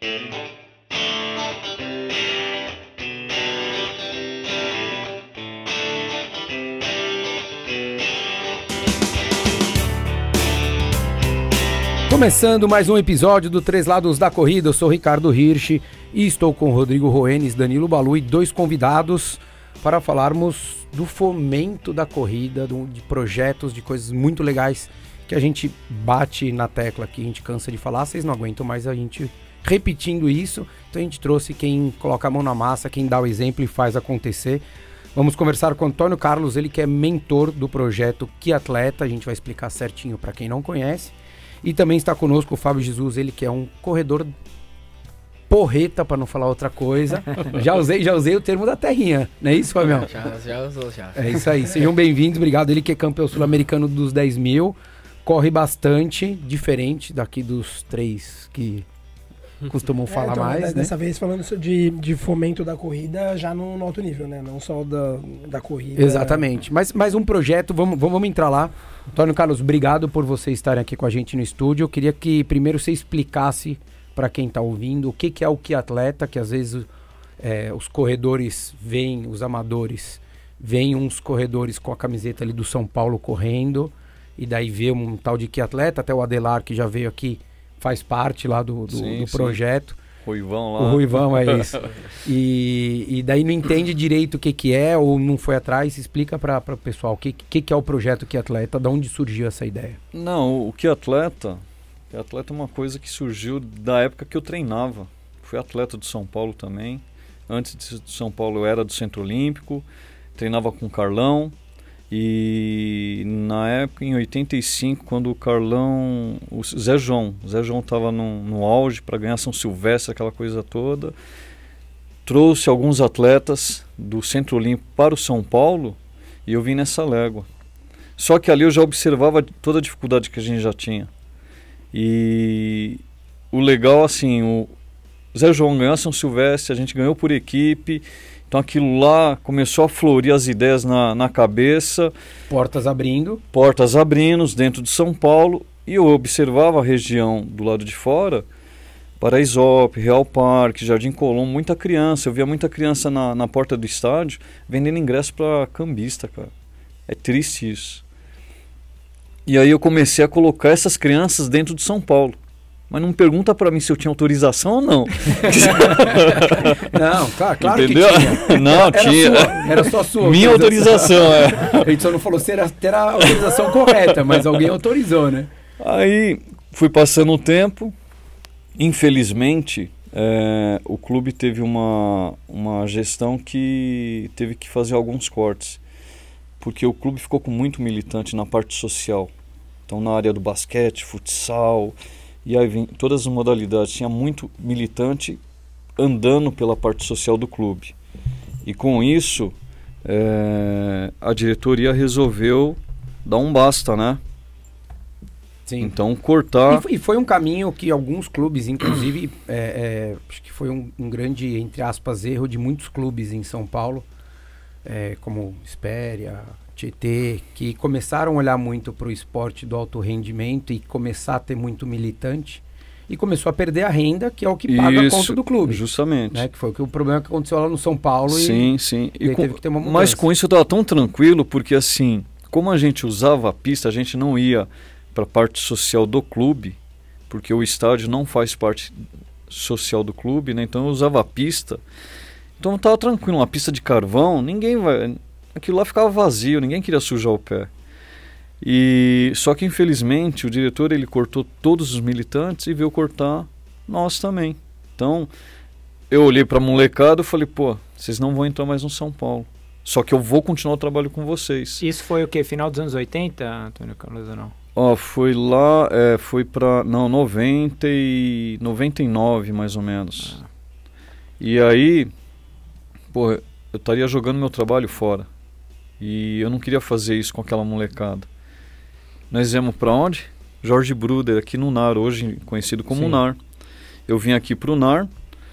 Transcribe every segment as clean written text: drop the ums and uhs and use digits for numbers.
Começando mais um episódio do Três Lados da Corrida, eu sou Ricardo Hirsch e estou com Rodrigo Roenes, Danilo Balu e dois convidados para falarmos do fomento da corrida, de projetos, de coisas muito legais que a gente bate na tecla aqui, a gente cansa de falar, vocês não aguentam mais a gente repetindo isso, então a gente trouxe quem coloca a mão na massa, quem dá o exemplo e faz acontecer. Vamos conversar com Antônio Carlos, ele que é mentor do projeto Que Atleta, a gente vai explicar certinho para quem não conhece. E também está conosco o Fábio Jesus, ele que é um corredor porreta, para não falar outra coisa. já usei o termo da terrinha, não é isso, Fabião? Já usou. É isso aí, sejam bem-vindos, obrigado. Ele que é campeão sul-americano dos 10 mil, corre bastante, diferente daqui dos três que costumam falar então, mais, né? Dessa vez falando de fomento da corrida já no alto nível, né? Não só da corrida. Exatamente, mas um projeto, vamos entrar lá. Antônio Carlos, obrigado por você estarem aqui com a gente no estúdio. Eu queria que primeiro você explicasse para quem está ouvindo o que é o Que Atleta, que às vezes os corredores veem, os amadores veem uns corredores com a camiseta ali do São Paulo correndo, e daí vê um tal de Que Atleta, até o Adelar que já veio aqui faz parte lá do projeto. Ruivão lá. O Ruivão, é isso. E daí não entende direito o que é, ou não foi atrás. Explica para o pessoal o que é o projeto Que Atleta, de onde surgiu essa ideia? Não, o Que Atleta é uma coisa que surgiu da época que eu treinava. Fui atleta do São Paulo também. Antes de São Paulo eu era do Centro Olímpico, treinava com o Carlão. E na época, em 85, quando o Carlão, o Zé João estava no auge para ganhar São Silvestre, aquela coisa toda, trouxe alguns atletas do Centro Olímpico para o São Paulo e eu vim nessa légua. Só que ali eu já observava toda a dificuldade que a gente já tinha. E o legal, assim, o Zé João ganhou São Silvestre, a gente ganhou por equipe. Então aquilo lá começou a florir as ideias na cabeça. Portas abrindo dentro de São Paulo. E eu observava a região do lado de fora, Paraisópolis, Real Parque, Jardim Colombo, muita criança. Eu via muita criança na porta do estádio vendendo ingresso para cambista, cara. É triste isso. E aí eu comecei a colocar essas crianças dentro de São Paulo. Mas não pergunta pra mim se eu tinha autorização ou não. Não, claro entendeu? Que tinha. Não, tinha. Era só sua. Minha autorização, A gente só não falou se era a autorização correta, mas alguém autorizou, né? Aí fui passando o tempo. Infelizmente, o clube teve uma gestão que teve que fazer alguns cortes. Porque o clube ficou com muito militante na parte social. Então, na área do basquete, futsal... E aí vem todas as modalidades, tinha muito militante andando pela parte social do clube. E com isso, a diretoria resolveu dar um basta, né? Sim. Então cortar... E foi um caminho que alguns clubes, inclusive, acho que foi um grande, entre aspas, erro de muitos clubes em São Paulo, como Espéria, Tietê, que começaram a olhar muito para o esporte do alto rendimento e começar a ter muito militante e começou a perder a renda, que é o que paga a conta do clube. Justamente. Né? Que foi o problema que aconteceu lá no São Paulo. Sim. E teve que ter uma mudança. Mas com isso eu estava tão tranquilo, porque assim, como a gente usava a pista, a gente não ia para a parte social do clube, porque o estádio não faz parte social do clube, né? Então eu usava a pista. Então eu estava tranquilo, uma pista de carvão, ninguém vai... Aquilo lá ficava vazio, ninguém queria sujar o pé. E só que infelizmente o diretor ele cortou todos os militantes e veio cortar nós também. Então eu olhei para a molecada e falei, pô, vocês não vão entrar mais no São Paulo. Só que eu vou continuar o trabalho com vocês. Isso foi o quê? Final dos anos 80, Antônio Carlos, ou não? Foi lá, foi para 90 e 99 mais ou menos. E aí, pô, eu estaria jogando meu trabalho fora. E eu não queria fazer isso com aquela molecada. Nós viemos para onde? Jorge Bruder, aqui no NAR, hoje conhecido como NAR. Eu vim aqui para o NAR,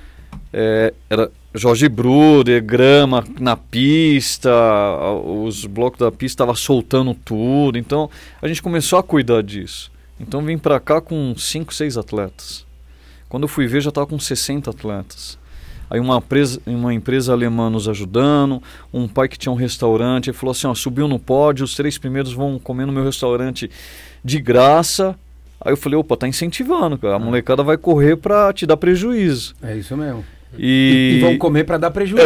era Jorge Bruder, grama na pista, os blocos da pista estavam soltando tudo. Então a gente começou a cuidar disso. Então vim para cá com 5, 6 atletas. Quando eu fui ver, já estava com 60 atletas. Aí uma empresa alemã nos ajudando, um pai que tinha um restaurante, ele falou assim, ó, subiu no pódio, os 3 primeiros vão comer no meu restaurante de graça. Aí eu falei, opa, tá incentivando, cara. A molecada vai correr pra te dar prejuízo. É isso mesmo. E vão comer pra dar prejuízo.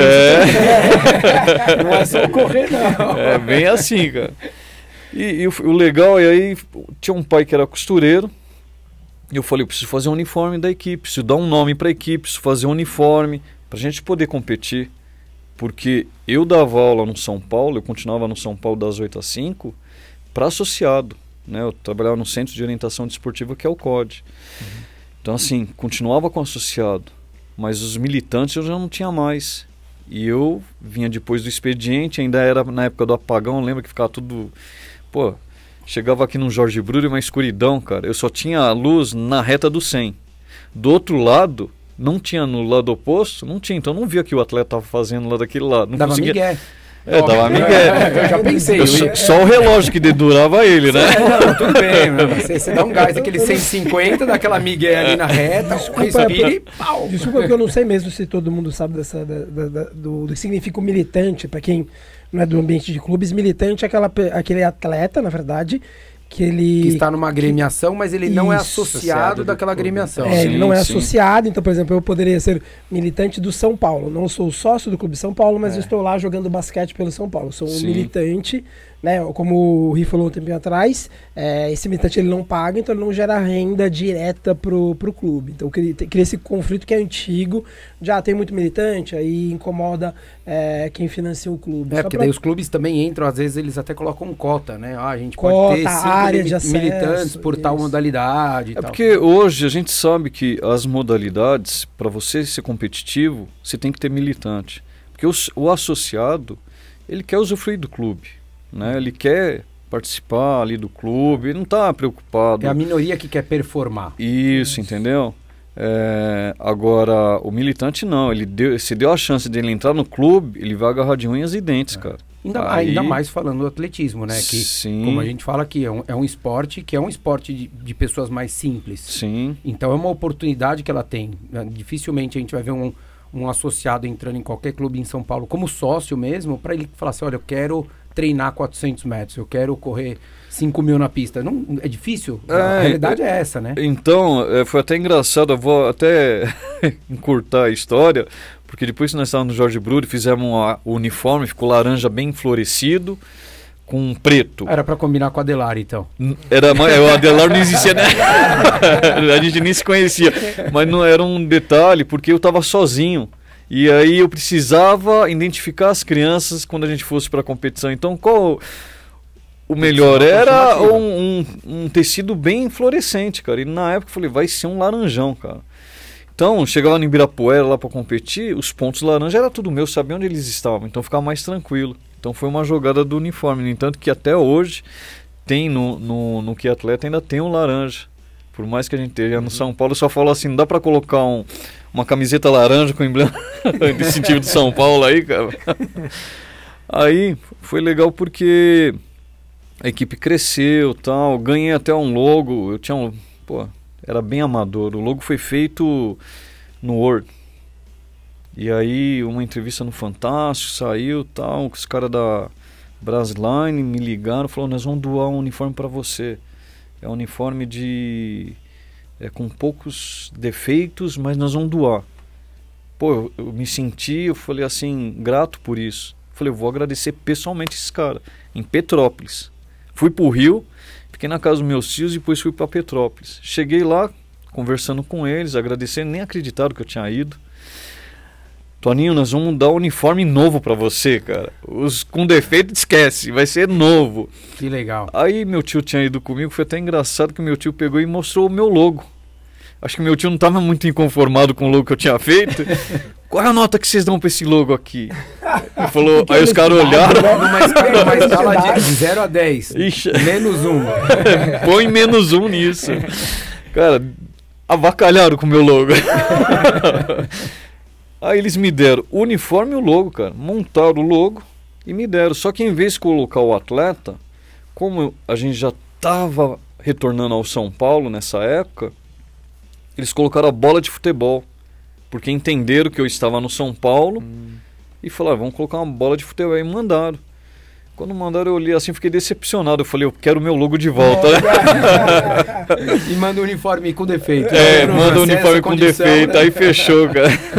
Não é só correr, não. É bem assim, cara. E o legal, e aí tinha um pai que era costureiro, e eu falei, eu preciso fazer um uniforme da equipe, preciso dar um nome pra equipe, preciso fazer um uniforme, pra gente poder competir. Porque eu dava aula no São Paulo, eu continuava no São Paulo das 8 às 5, para associado. Né? Eu trabalhava no Centro de Orientação Desportiva, que é o COD. Então, assim, continuava com associado, mas os militantes eu já não tinha mais. E eu vinha depois do expediente, ainda era na época do apagão, lembra que ficava tudo... Pô, chegava aqui no Jorge Bruri, uma escuridão, cara. Eu só tinha a luz na reta do 100. Do outro lado, não tinha no lado oposto, não tinha. Então eu não via o que o atleta estava fazendo lá daquele lado. Não dava conseguia... migué. Dava migué. Eu já pensei. Só o relógio que dedurava ele, né? Não, tudo bem. Você dá um gás daquele 150, dá aquela migué ali na reta, respira e pau. Desculpa que eu não sei mesmo se todo mundo sabe do que significa o militante, para quem não é do ambiente de clubes. Militante é aquele atleta, na verdade, que está numa agremiação, mas ele não é associado daquela agremiação. Ele não é associado, então, por exemplo, eu poderia ser militante do São Paulo. Não sou sócio do Clube São Paulo, mas eu estou lá jogando basquete pelo São Paulo. Sou um militante, né? Como o Ri falou um tempinho atrás, esse militante ele não paga, então ele não gera renda direta pro clube. Então cria esse conflito que é antigo, já tem muito militante, aí incomoda quem financia o clube. Porque daí os clubes também entram, às vezes eles até colocam cota, né? A gente pode ter 5 área de acesso, militantes por tal modalidade. Porque hoje a gente sabe que as modalidades, para você ser competitivo, você tem que ter militante. Porque o associado, ele quer usufruir do clube, né? Ele quer participar ali do clube, ele não está preocupado. É a minoria que quer performar. Isso, entendeu? Agora, o militante não, se deu a chance dele entrar no clube, ele vai agarrar de unhas e dentes, cara. Ainda mais falando do atletismo, né? Que, sim. Como a gente fala aqui, é um esporte que é um esporte de pessoas mais simples. Sim. Então é uma oportunidade que ela tem. Dificilmente a gente vai ver um associado entrando em qualquer clube em São Paulo como sócio mesmo, para ele falar assim, olha, eu quero treinar 400 metros, eu quero correr 5 mil na pista. Não, é difícil? A realidade é essa, né? Então, foi até engraçado, eu vou até encurtar a história, porque depois que nós estávamos no Jorge Bruri, fizemos o uniforme, ficou laranja bem florescido, com preto. Era para combinar com a Adelar, então. O Adelar não existia, né? A gente nem se conhecia. Mas não era um detalhe, porque eu estava sozinho. E aí eu precisava identificar as crianças quando a gente fosse para a competição. Então, qual o melhor? Era um tecido bem fluorescente, cara. E na época eu falei, vai ser um laranjão, cara. Então, chegava no Ibirapuera lá para competir, os pontos laranja era tudo meu, sabia onde eles estavam. Então ficava mais tranquilo. Então foi uma jogada do uniforme. No entanto que até hoje tem no que atleta ainda tem um laranja. Por mais que a gente esteja no São Paulo, só falou assim, não dá para colocar uma camiseta laranja com emblema distintivo de São Paulo aí, cara. Aí foi legal porque a equipe cresceu, tal, ganhei até um logo, eu tinha era bem amador, o logo foi feito no Word. E aí uma entrevista no Fantástico, saiu, tal, os caras da Brasline me ligaram, falaram, nós vamos doar um uniforme para você. É um uniforme com poucos defeitos, mas nós vamos doar. Pô, eu me senti, eu falei assim, grato por isso. Falei, eu vou agradecer pessoalmente esse cara, em Petrópolis. Fui pro Rio, fiquei na casa dos meus tios e depois fui para Petrópolis. Cheguei lá, conversando com eles, agradecendo, nem acreditaram que eu tinha ido. Toninho, nós vamos dar um uniforme novo pra você, cara. Os com defeito, esquece, vai ser novo. Que legal. Aí meu tio tinha ido comigo, foi até engraçado que meu tio pegou e mostrou o meu logo. Acho que meu tio não estava muito inconformado com o logo que eu tinha feito. Qual é a nota que vocês dão pra esse logo aqui? Ele falou, aí os caras olharam. Numa escala de 0 a 10, menos 1. Põe menos 1 nisso. Cara, avacalharam com o meu logo. Aí eles me deram o uniforme e o logo, cara. Montaram o logo e me deram. Só que em vez de colocar o atleta, como a gente já estava retornando ao São Paulo nessa época, eles colocaram a bola de futebol, porque entenderam que eu estava no São Paulo e falaram, vamos colocar uma bola de futebol, e mandaram. Quando mandaram, eu olhei assim, fiquei decepcionado. Eu falei, eu quero o meu logo de volta. E manda o uniforme com defeito. Manda o uniforme com defeito, né? Aí fechou, cara.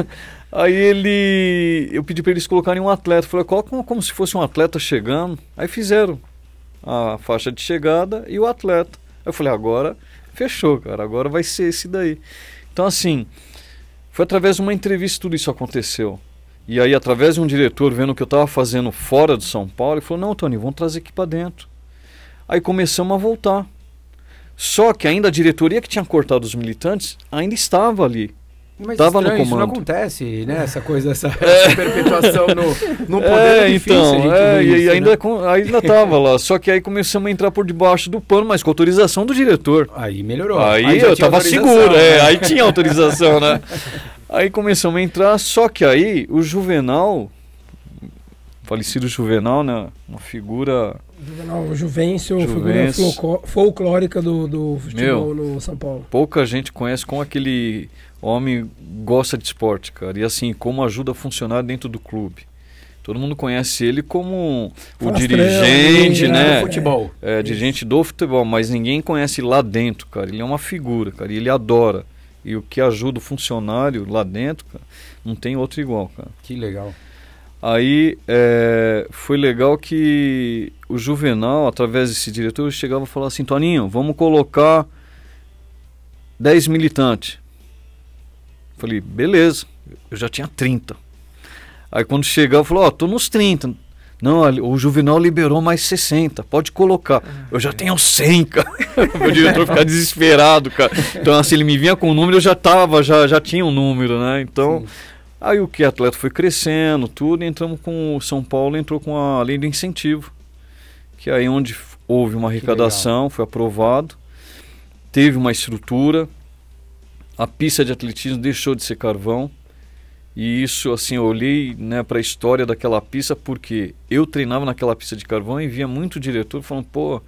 Aí eu pedi para eles colocarem um atleta. Falei, coloca como se fosse um atleta chegando. Aí fizeram a faixa de chegada e o atleta. Aí eu falei, agora fechou, cara. Agora vai ser esse daí. Então, assim, foi através de uma entrevista que tudo isso aconteceu. E aí, através de um diretor, vendo o que eu estava fazendo fora de São Paulo, ele falou, não, Tony, vamos trazer aqui para dentro. Aí começamos a voltar. Só que ainda a diretoria que tinha cortado os militantes ainda estava ali. Mas estava no comando. Isso não acontece, né? Essa coisa, essa perpetuação no poder então, e ainda estava lá. Só que aí começamos a entrar por debaixo do pano, mas com autorização do diretor. Aí melhorou. Aí eu estava seguro, aí tinha autorização, né? Aí começamos a entrar, só que aí o Juvenal, falecido Juvenal, né? Uma figura... Juvenal Juvencio, figura folclórica do futebol no São Paulo. Pouca gente conhece como aquele homem gosta de esporte, cara. E assim, como ajuda a funcionar dentro do clube. Todo mundo conhece ele como o dirigente, né? Do futebol. Dirigente do futebol, mas ninguém conhece lá dentro, cara. Ele é uma figura, cara, e ele adora. E o que ajuda o funcionário lá dentro, cara, não tem outro igual, cara. Que legal. Aí foi legal que o Juvenal, através desse diretor, chegava e falava assim, Toninho, vamos colocar 10 militantes. Falei, beleza, eu já tinha 30. Aí quando chegava, falou, tô nos 30. Não, o Juvenal liberou mais 60, pode colocar. Eu já tenho 100, cara. O diretor ficar desesperado, cara. Então assim, ele me vinha com o número, eu já tinha um número, né? Então, sim. Aí o que atleta foi crescendo, tudo, e entramos com o São Paulo, entrou com a lei do incentivo, que aí onde houve uma arrecadação, foi aprovado, teve uma estrutura, a pista de atletismo deixou de ser carvão. E isso, assim, eu olhei, né, para a história daquela pista, porque eu treinava naquela pista de carvão e via muito diretor falando, pô,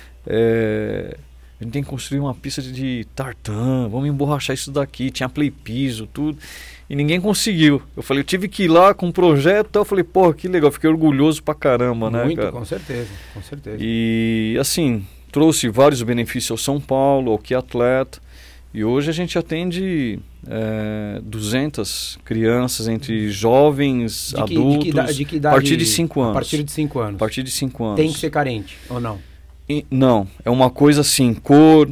a gente tem que construir uma pista de tartan, vamos emborrachar isso daqui, tinha play piso, tudo, e ninguém conseguiu. Eu falei, eu tive que ir lá com um projeto, eu falei, pô, que legal, fiquei orgulhoso pra caramba, né, muito, cara? com certeza, com certeza. E, assim, trouxe vários benefícios ao São Paulo, ao que atleta. E hoje a gente atende 200 crianças entre jovens, adultos, de que idade? A partir de 5 anos. A partir de 5 anos. A partir de 5 anos. Tem que ser carente, ou não? Não, é uma coisa assim, cor...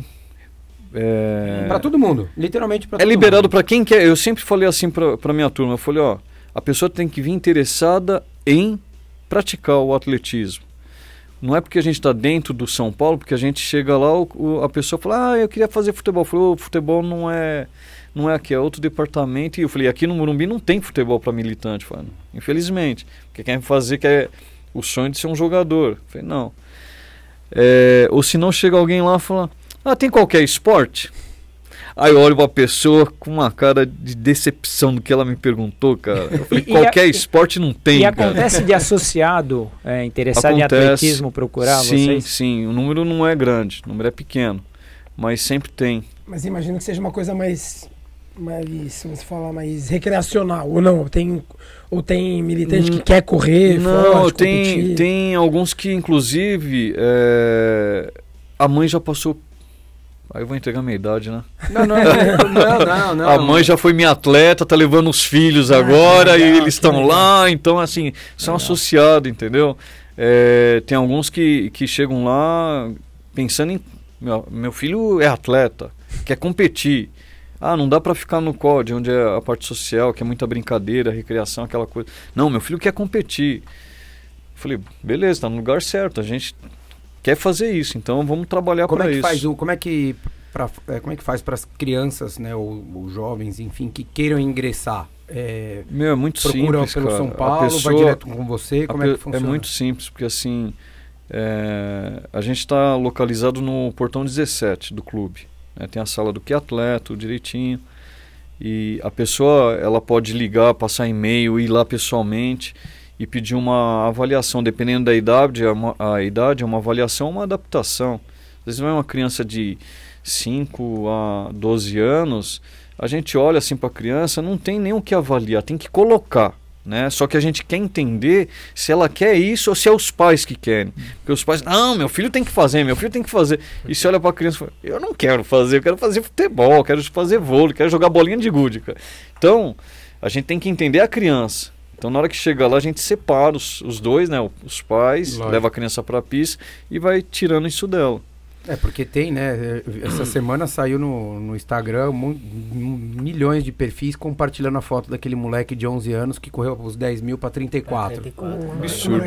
Para todo mundo, literalmente para todo mundo. É liberado para quem quer. Eu sempre falei assim para minha turma, eu falei, ó, a pessoa tem que vir interessada em praticar o atletismo. Não é porque a gente está dentro do São Paulo, porque a gente chega lá, a pessoa fala, eu queria fazer futebol. Eu falei, futebol não é aqui, é outro departamento. E eu falei, aqui no Morumbi não tem futebol para militante. Eu falei, infelizmente, porque quer fazer que é o sonho de ser um jogador. Eu falei, não. Ou se não chega alguém lá e fala, tem qualquer esporte? Aí eu olho pra pessoa com uma cara de decepção do que ela me perguntou, cara. Eu falei, qualquer esporte não tem, cara. E acontece de associado interessado em atletismo procurar vocês? Sim, o número não é grande, o número é pequeno, mas sempre tem. Mas imagino que seja uma coisa mais vamos falar, mais recreacional, ou não? Tem militante que quer correr, não, tem alguns que, inclusive, a mãe já passou. Aí eu vou entregar minha idade, né? Não. A mãe já foi minha atleta, tá levando os filhos agora, e eles estão lá, então assim, são associados, entendeu? Tem alguns que chegam lá pensando em... Meu filho é atleta, quer competir. Não dá pra ficar no COD, onde é a parte social, que é muita brincadeira, recreação, aquela coisa. Não, meu filho quer competir. Eu falei, beleza, tá no lugar certo, a gente... quer fazer isso, então vamos trabalhar para isso. Como é que faz para as crianças, né, ou jovens, enfim, que queiram ingressar? É muito procura simples, pelo cara. São Paulo, vai direto com você, como é que funciona? É muito simples, porque assim, a gente está localizado no portão 17 do clube, né? Tem a sala do que atleta, direitinho, e a pessoa ela pode ligar, passar e-mail, ir lá pessoalmente e pedir uma avaliação, dependendo da idade, a idade é uma avaliação, uma adaptação. Às vezes vai uma criança de 5 a 12 anos, a gente olha assim para a criança, não tem nem o que avaliar, tem que colocar, né? Só que a gente quer entender se ela quer isso ou se é os pais que querem. Porque os pais, não, meu filho tem que fazer, meu filho tem que fazer. E se olha para a criança e fala, eu não quero fazer, eu quero fazer futebol, eu quero fazer vôlei, quero jogar bolinha de gude, cara. Então, a gente tem que entender a criança. Então, na hora que chega lá, a gente separa os dois, né? Os pais, leva a criança para a pista e vai tirando isso dela. Porque tem, né? Essa semana saiu no Instagram milhões de perfis compartilhando a foto daquele moleque de 11 anos que correu os 10 mil para 34. Absurdo.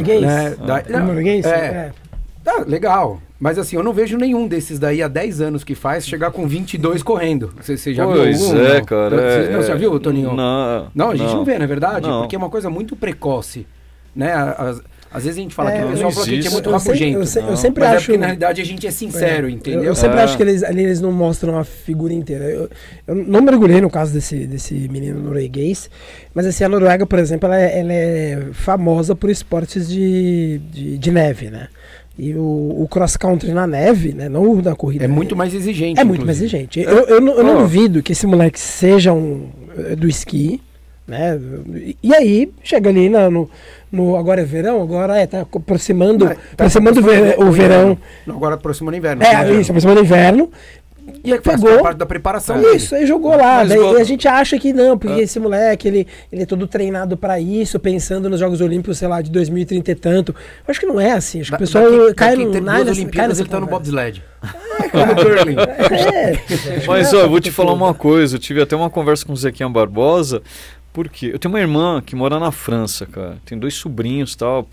Legal. Mas assim, eu não vejo nenhum desses daí há 10 anos que faz chegar com 22 correndo. Você já viu algum? Pois é, cara. Você já viu, Toninho? Não, a gente não vê, não é verdade? Não. Porque é uma coisa muito precoce, né? Às vezes a gente fala que o pessoal fala que a gente é muito rabugento. Eu sempre mas acho... é porque na realidade a gente é sincero, entendeu? Eu sempre acho que eles não mostram a figura inteira. Eu não mergulhei no caso desse menino norueguês, mas assim, a Noruega, por exemplo, ela é famosa por esportes de neve, né? E o cross-country na neve, né? Não o da corrida. É muito mais exigente. É muito mais exigente. Eu não duvido que esse moleque seja do esqui, né? E aí, chega ali agora é verão, agora tá aproximando, o verão. Não, agora aproximando o inverno. Isso, aproximando o inverno. E aí pegou parte da preparação. Isso, aí jogou lá. Daí a gente acha que não, porque esse moleque, ele é todo treinado pra isso, pensando nos Jogos Olímpicos, sei lá, de 2030 e tanto. Eu acho que não é assim. Acho que o pessoal cai no... Nas Olimpíadas ele tá no bobsled. Como curling. Mas, ó, eu vou te falar uma coisa. Eu tive até uma conversa com o Zequinha Barbosa. Porque eu tenho uma irmã que mora na França, cara. Tem 2 sobrinhos e tal,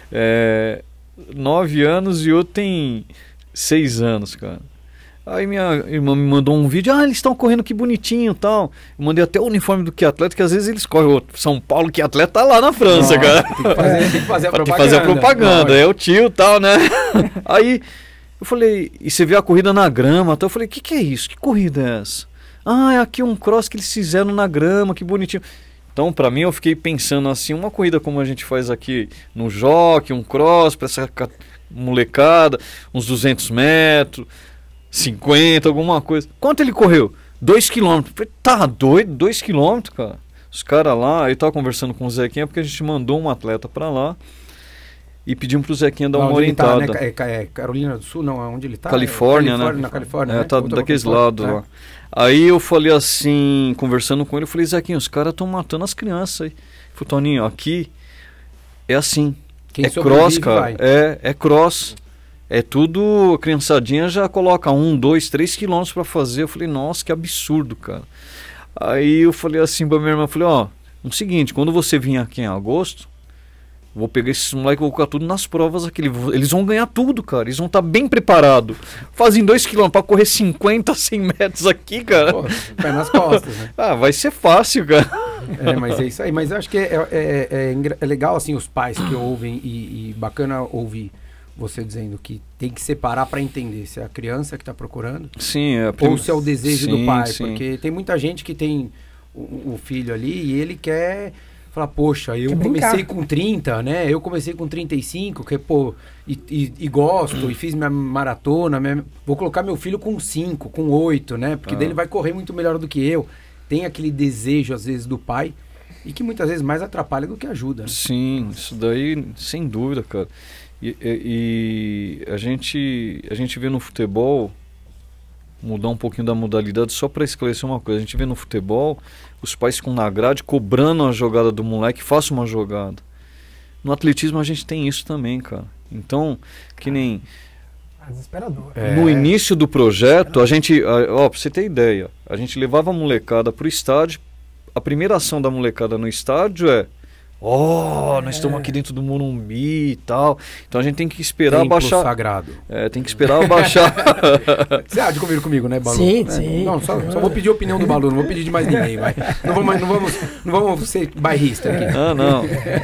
9 anos e outro tem 6 anos, cara. Aí minha irmã me mandou um vídeo, eles estão correndo, que bonitinho e tal. Eu mandei até o uniforme do que atleta, que às vezes eles correm. O São Paulo que atleta tá lá na França, cara. Tem que fazer a propaganda. Tem que fazer a propaganda, é o tio e tal, né? Aí eu falei, e você vê a corrida na grama, então eu falei, que é isso? Que corrida é essa? É aqui um cross que eles fizeram na grama, que bonitinho. Então, pra mim, eu fiquei pensando assim, uma corrida como a gente faz aqui no jockey, um cross pra essa molecada, uns 200 metros, 50, alguma coisa. Quanto ele correu? 2 km. Falei, tá doido? 2 km, cara? Os caras lá, eu tava conversando com o Zequinha, porque a gente mandou um atleta pra lá e pedimos pro Zequinha dar uma orientada. Tá, né? Carolina do Sul, não, onde ele tá? Califórnia, né? Na Califórnia, né? Tá daqueles lados lá. Aí eu falei assim, conversando com ele, eu falei, Zequinha, os caras estão matando as crianças aí. Eu falei, Toninho, aqui é assim. É cross, cara. É cross. É tudo, a criançadinha já coloca 1, 2, 3 quilômetros pra fazer. Eu falei, nossa, que absurdo, cara. Aí eu falei assim pra minha irmã, eu falei, o seguinte, quando você vir aqui em agosto, vou pegar esses moleques e vou colocar tudo nas provas aqui. Eles vão ganhar tudo, cara. Eles vão estar bem preparados. Fazem 2 km pra correr 50, 100 metros aqui, cara. Pô, pé nas costas, né? Vai ser fácil, cara. Mas é isso aí. Mas eu acho que é legal, assim, os pais que ouvem e bacana ouvir você dizendo que tem que separar para entender se é a criança que está procurando. Sim, ou se é o desejo do pai. Sim. Porque tem muita gente que tem o filho ali e ele quer... Falar, poxa, eu comecei com 30, né? Eu comecei com 35, e gosto, e fiz minha maratona. Vou colocar meu filho com 5, com 8, né? Porque daí ele vai correr muito melhor do que eu. Tem aquele desejo, às vezes, do pai, e que muitas vezes mais atrapalha do que ajuda. Né? Sim, isso daí, sem dúvida, cara. E a gente vê no futebol, mudar um pouquinho da modalidade, só para esclarecer uma coisa, a gente vê no futebol os pais ficam na grade cobrando a jogada do moleque, faça uma jogada. No atletismo a gente tem isso também, cara. Então, que nem desesperador. No início do projeto, a gente, pra você ter ideia, a gente levava a molecada pro estádio, a primeira ação da molecada no estádio nós estamos aqui dentro do Morumbi e tal. Então a gente tem que esperar abaixar. Sagrado. Tem que esperar abaixar. Você há de convir comigo, né, Balu? Sim. Não, só vou pedir a opinião do Balu, não vou pedir de mais ninguém, vai. Não vamos ser bairrista aqui. Não.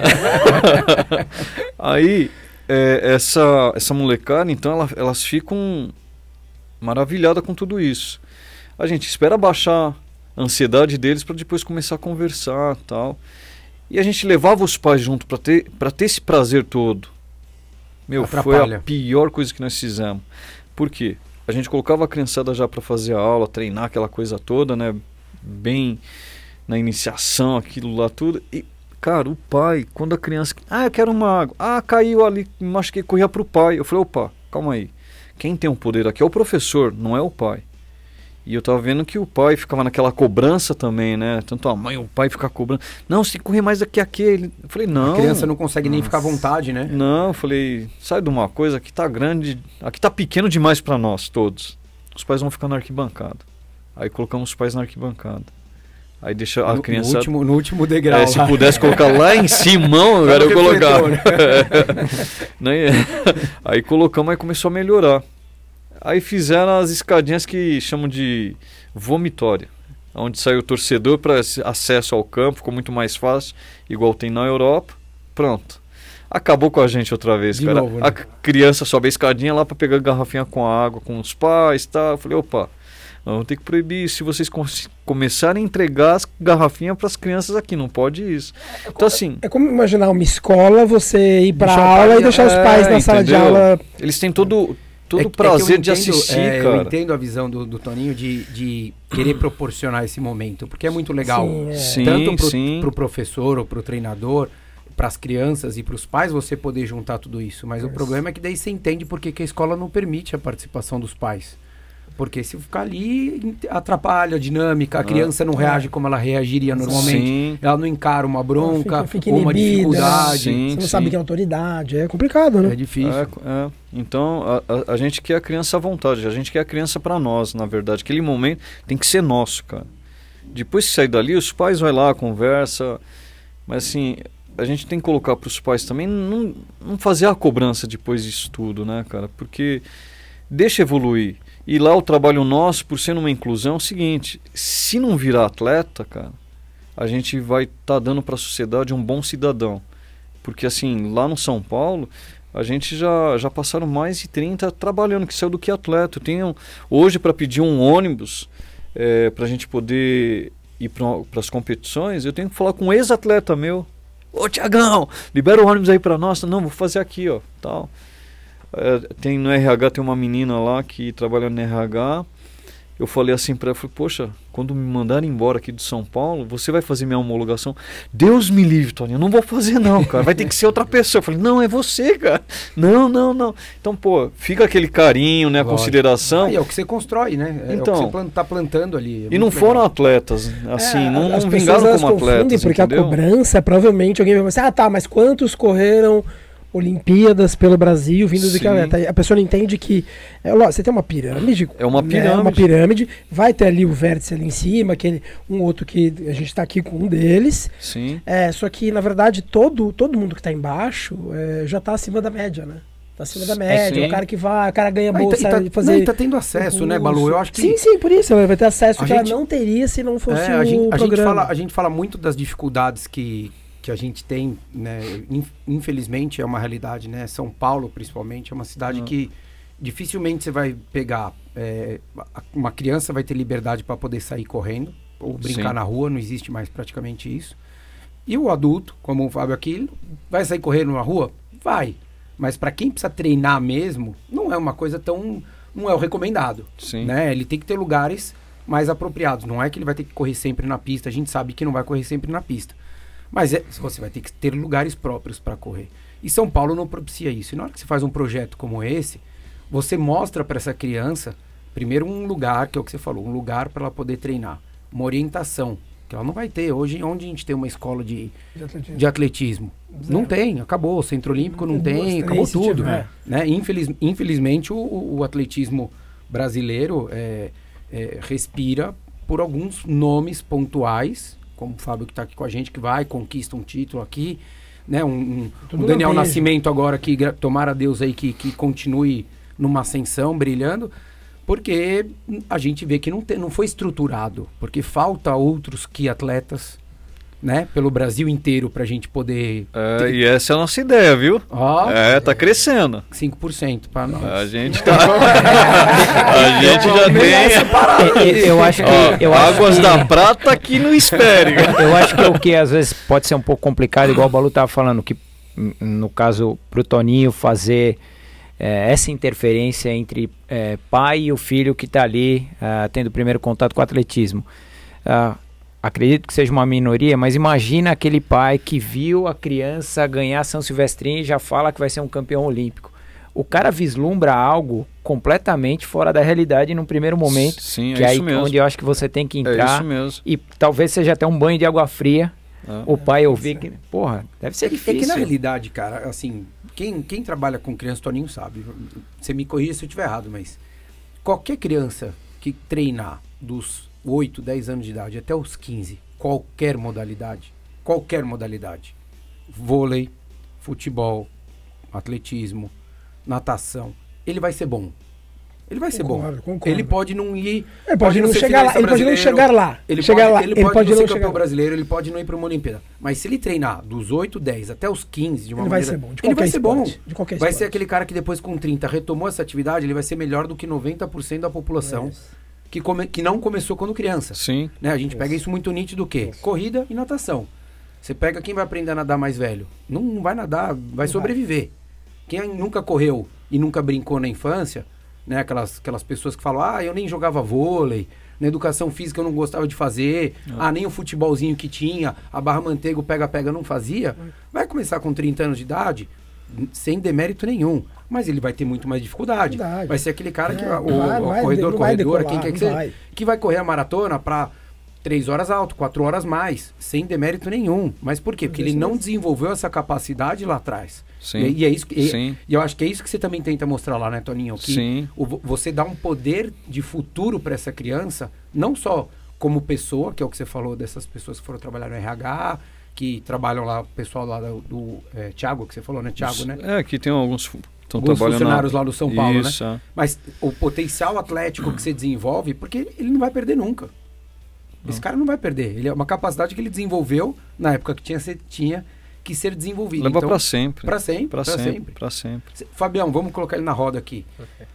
Aí, essa molecada, então, elas ficam maravilhadas com tudo isso. A gente espera abaixar a ansiedade deles para depois começar a conversar e tal. E a gente levava os pais junto para ter esse prazer todo. Foi a pior coisa que nós fizemos. Por quê? a gente colocava a criançada já para fazer a aula, treinar aquela coisa toda, né? Bem na iniciação, aquilo lá tudo. E, cara, o pai, quando a criança... eu quero uma água. Caiu ali, me machuquei, corria pro pai. Eu falei, opa, calma aí. Quem tem o poder aqui é o professor, não é o pai. E eu tava vendo que o pai ficava naquela cobrança também, né? Tanto a mãe, o pai ficar cobrando. Não, você tem que correr mais daqui aquele. Eu falei, não. A criança não consegue nem ficar à vontade, né? Não, eu falei, sai de uma coisa, aqui tá grande, aqui tá pequeno demais para nós todos. Os pais vão ficar na arquibancada. Aí colocamos os pais na arquibancada. Aí deixa a criança... No último degrau. Se pudesse colocar lá em cima, agora eu colocava. Aí colocamos, aí começou a melhorar. Aí fizeram as escadinhas que chamam de vomitória, onde saiu o torcedor para acesso ao campo, ficou muito mais fácil, igual tem na Europa. Pronto. Acabou com a gente outra vez, cara. Novo, né? A criança sobe a escadinha lá para pegar garrafinha com água com os pais, tá? Eu falei, opa, nós vamos ter que proibir isso. Se vocês começarem a entregar as garrafinhas para as crianças aqui, não pode isso. Então, assim... É como imaginar uma escola, você ir para aula e deixar os pais na sala de aula. Eles têm todo o prazer de assistir, cara. Eu entendo a visão do Toninho de querer proporcionar esse momento, porque é muito legal. Tanto pro professor ou pro treinador, para as crianças e para os pais, você poder juntar tudo isso. Mas o problema é que daí você entende porque que a escola não permite a participação dos pais. Porque se ficar ali, atrapalha a dinâmica, a criança não reage como ela reagiria normalmente. Sim. Ela não encara uma bronca, fica ou uma dificuldade. Você não sabe que é autoridade, é complicado, né? É difícil. Então, a gente quer a criança à vontade, a gente quer a criança para nós, na verdade. Aquele momento tem que ser nosso, cara. Depois que sair dali, os pais vão lá, conversa, mas assim... A gente tem que colocar para os pais também não fazer a cobrança depois disso tudo, né, cara? Porque deixa evoluir. E lá o trabalho nosso, por ser uma inclusão, é o seguinte: se não virar atleta, cara, a gente vai estar dando para a sociedade um bom cidadão. Porque assim, lá no São Paulo, a gente já passaram mais de 30 trabalhando, que saiu do que atleta. Eu tenho hoje para pedir um ônibus para a gente poder ir para as competições, eu tenho que falar com um ex-atleta meu. Ô, Tiagão, libera o ônibus aí pra nós. Não, vou fazer aqui, ó, tal. Tem no RH, tem uma menina lá que trabalha no RH. Eu falei assim pra ela, poxa, quando me mandarem embora aqui de São Paulo, você vai fazer minha homologação? Deus me livre, Tony, eu não vou fazer não, cara, vai ter que ser outra pessoa. Eu falei, não, é você, cara. Não. Então, pô, fica aquele carinho, né, a consideração. É o que você constrói, né? Então, é o que você tá plantando ali. E não foram atletas, assim, não vingaram como atletas, porque entendeu? A cobrança, provavelmente, alguém vai pensar, tá, mas quantos correram Olimpíadas pelo Brasil vindo do atleta? A pessoa não entende que você tem uma pirâmide. É uma pirâmide. Né, uma pirâmide. Vai ter ali o vértice ali em cima, um outro que a gente está aqui com um deles. Sim. Só que, na verdade, todo mundo que está embaixo já está acima da média, né? Está acima da média. O cara que vai, o cara ganha bolsa. Tá tendo acesso, né, Balu? Eu acho que... Sim, por isso. Vai ter acesso que ela não teria se não fosse o programa. A gente fala muito das dificuldades que a gente tem, né? Infelizmente é uma realidade, né? São Paulo, principalmente, é uma cidade que dificilmente você vai pegar... uma criança vai ter liberdade para poder sair correndo ou brincar na rua, não existe mais praticamente isso. E o adulto, como o Fábio aqui, vai sair correndo na rua? Vai. Mas para quem precisa treinar mesmo, não é uma coisa tão... Não é o recomendado. Sim. Né? Ele tem que ter lugares mais apropriados. Não é que ele vai ter que correr sempre na pista. A gente sabe que não vai correr sempre na pista. Mas você vai ter que ter lugares próprios para correr. E São Paulo não propicia isso. E na hora que você faz um projeto como esse, você mostra para essa criança, primeiro um lugar, que é o que você falou, um lugar para ela poder treinar. Uma orientação, que ela não vai ter. Hoje, onde a gente tem uma escola de atletismo? Não tem, acabou. O Centro Olímpico não tem, acabou tudo. Né? Infelizmente, o atletismo brasileiro respira por alguns nomes pontuais, como o Fábio que está aqui com a gente, que conquista um título aqui, né? O Daniel Nascimento agora, que tomara a Deus aí que continue numa ascensão, brilhando, porque a gente vê que não foi estruturado, porque falta outros atletas, né? Pelo Brasil inteiro pra gente poder... E essa é a nossa ideia, viu? Tá crescendo. 5% para nós. A gente tá... a gente já tem... Eu acho que... Águas da Prata que não espere. Eu acho que o que às vezes pode ser um pouco complicado, igual o Balu tava falando, que no caso pro Toninho fazer essa interferência entre pai e o filho que está ali tendo o primeiro contato com o atletismo. Acredito que seja uma minoria, mas imagina aquele pai que viu a criança ganhar São Silvestrinho e já fala que vai ser um campeão olímpico. O cara vislumbra algo completamente fora da realidade num primeiro momento. Sim, que é aí onde eu acho que você tem que entrar. Isso mesmo. E talvez seja até um banho de água fria. O pai ouvir que, porra, deve ser difícil. É que na realidade, cara, assim, quem trabalha com criança, Toninho sabe. Você me corrija se eu estiver errado, mas qualquer criança que treinar dos 8, 10 anos de idade até os 15, qualquer modalidade, vôlei, futebol, atletismo, natação, ele vai ser bom. Ele vai ser bom. Concordo. Ele pode não ir... Ele pode não chegar lá. Ele pode não chegar lá. Ele pode não ser campeão brasileiro, ele pode não ir para uma Olimpíada. Mas se ele treinar dos 8, 10 até os 15 de uma maneira... Ele vai ser bom. De qualquer vai ser aquele cara que depois com 30 retomou essa atividade, ele vai ser melhor do que 90% da população que não começou quando criança. Sim. Né? A gente pega isso muito nítido do quê? Corrida e natação. Você pega quem vai aprender a nadar mais velho. Não vai nadar, vai sobreviver. Quem nunca correu e nunca brincou na infância, né? Aquelas pessoas que falam, eu nem jogava vôlei, na educação física eu não gostava de fazer, nem o futebolzinho que tinha, a barra manteiga, o pega-pega não fazia, vai começar com 30 anos de idade, sem demérito nenhum, mas ele vai ter muito mais dificuldade. Vai ser aquele cara que, corredora, quem quer que seja, que vai correr a maratona para 3 horas alto, 4 horas mais, sem demérito nenhum. Mas por quê? Porque ele não desenvolveu essa capacidade lá atrás. Sim. E é isso e eu acho que é isso que você também tenta mostrar lá, né, Toninho? Que você dá um poder de futuro para essa criança, não só como pessoa, que é o que você falou dessas pessoas que foram trabalhar no RH, que trabalham lá, o pessoal lá do Thiago, que você falou, né? Thiago, né? Que tem alguns funcionários lá do São Paulo, isso, né? Mas o potencial atlético que você desenvolve, porque ele não vai perder nunca. Esse cara não vai perder. Ele é uma capacidade que ele desenvolveu na época que tinha que ser desenvolvido. Leva para sempre. Para sempre. Fabião, vamos colocar ele na roda aqui.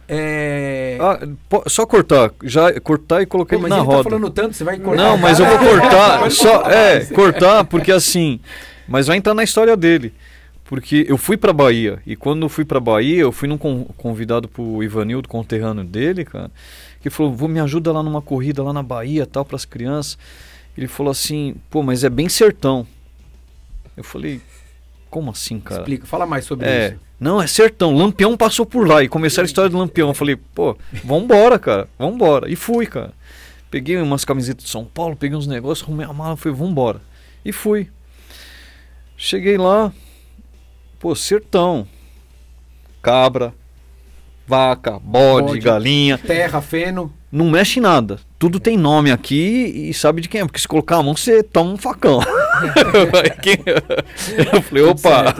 Só cortar e colocar ele na roda. Mas ele tá falando tanto, você vai cortar. Não, mas eu vou cortar. Cortar, porque assim... Mas vai entrar na história dele. Porque eu fui pra Bahia. E quando eu fui pra Bahia, eu fui num convidado pro Ivanildo, conterrâneo dele, cara. Que falou, me ajuda lá numa corrida lá na Bahia, tal, pras crianças. Ele falou assim, mas é bem sertão. Eu falei, como assim, cara? Explica, fala mais sobre isso. Não, é sertão, Lampião passou por lá. E começaram a história do Lampião. Eu falei, vambora, cara, vambora. E fui, cara. Peguei umas camisetas de São Paulo, peguei uns negócios, arrumei a mala, falei, vambora. E fui. Cheguei lá, sertão. Cabra, vaca, bode, galinha. Terra, feno. Não mexe nada. Tudo tem nome aqui e sabe de quem é. Porque se colocar a mão, você toma um facão. Eu falei, opa.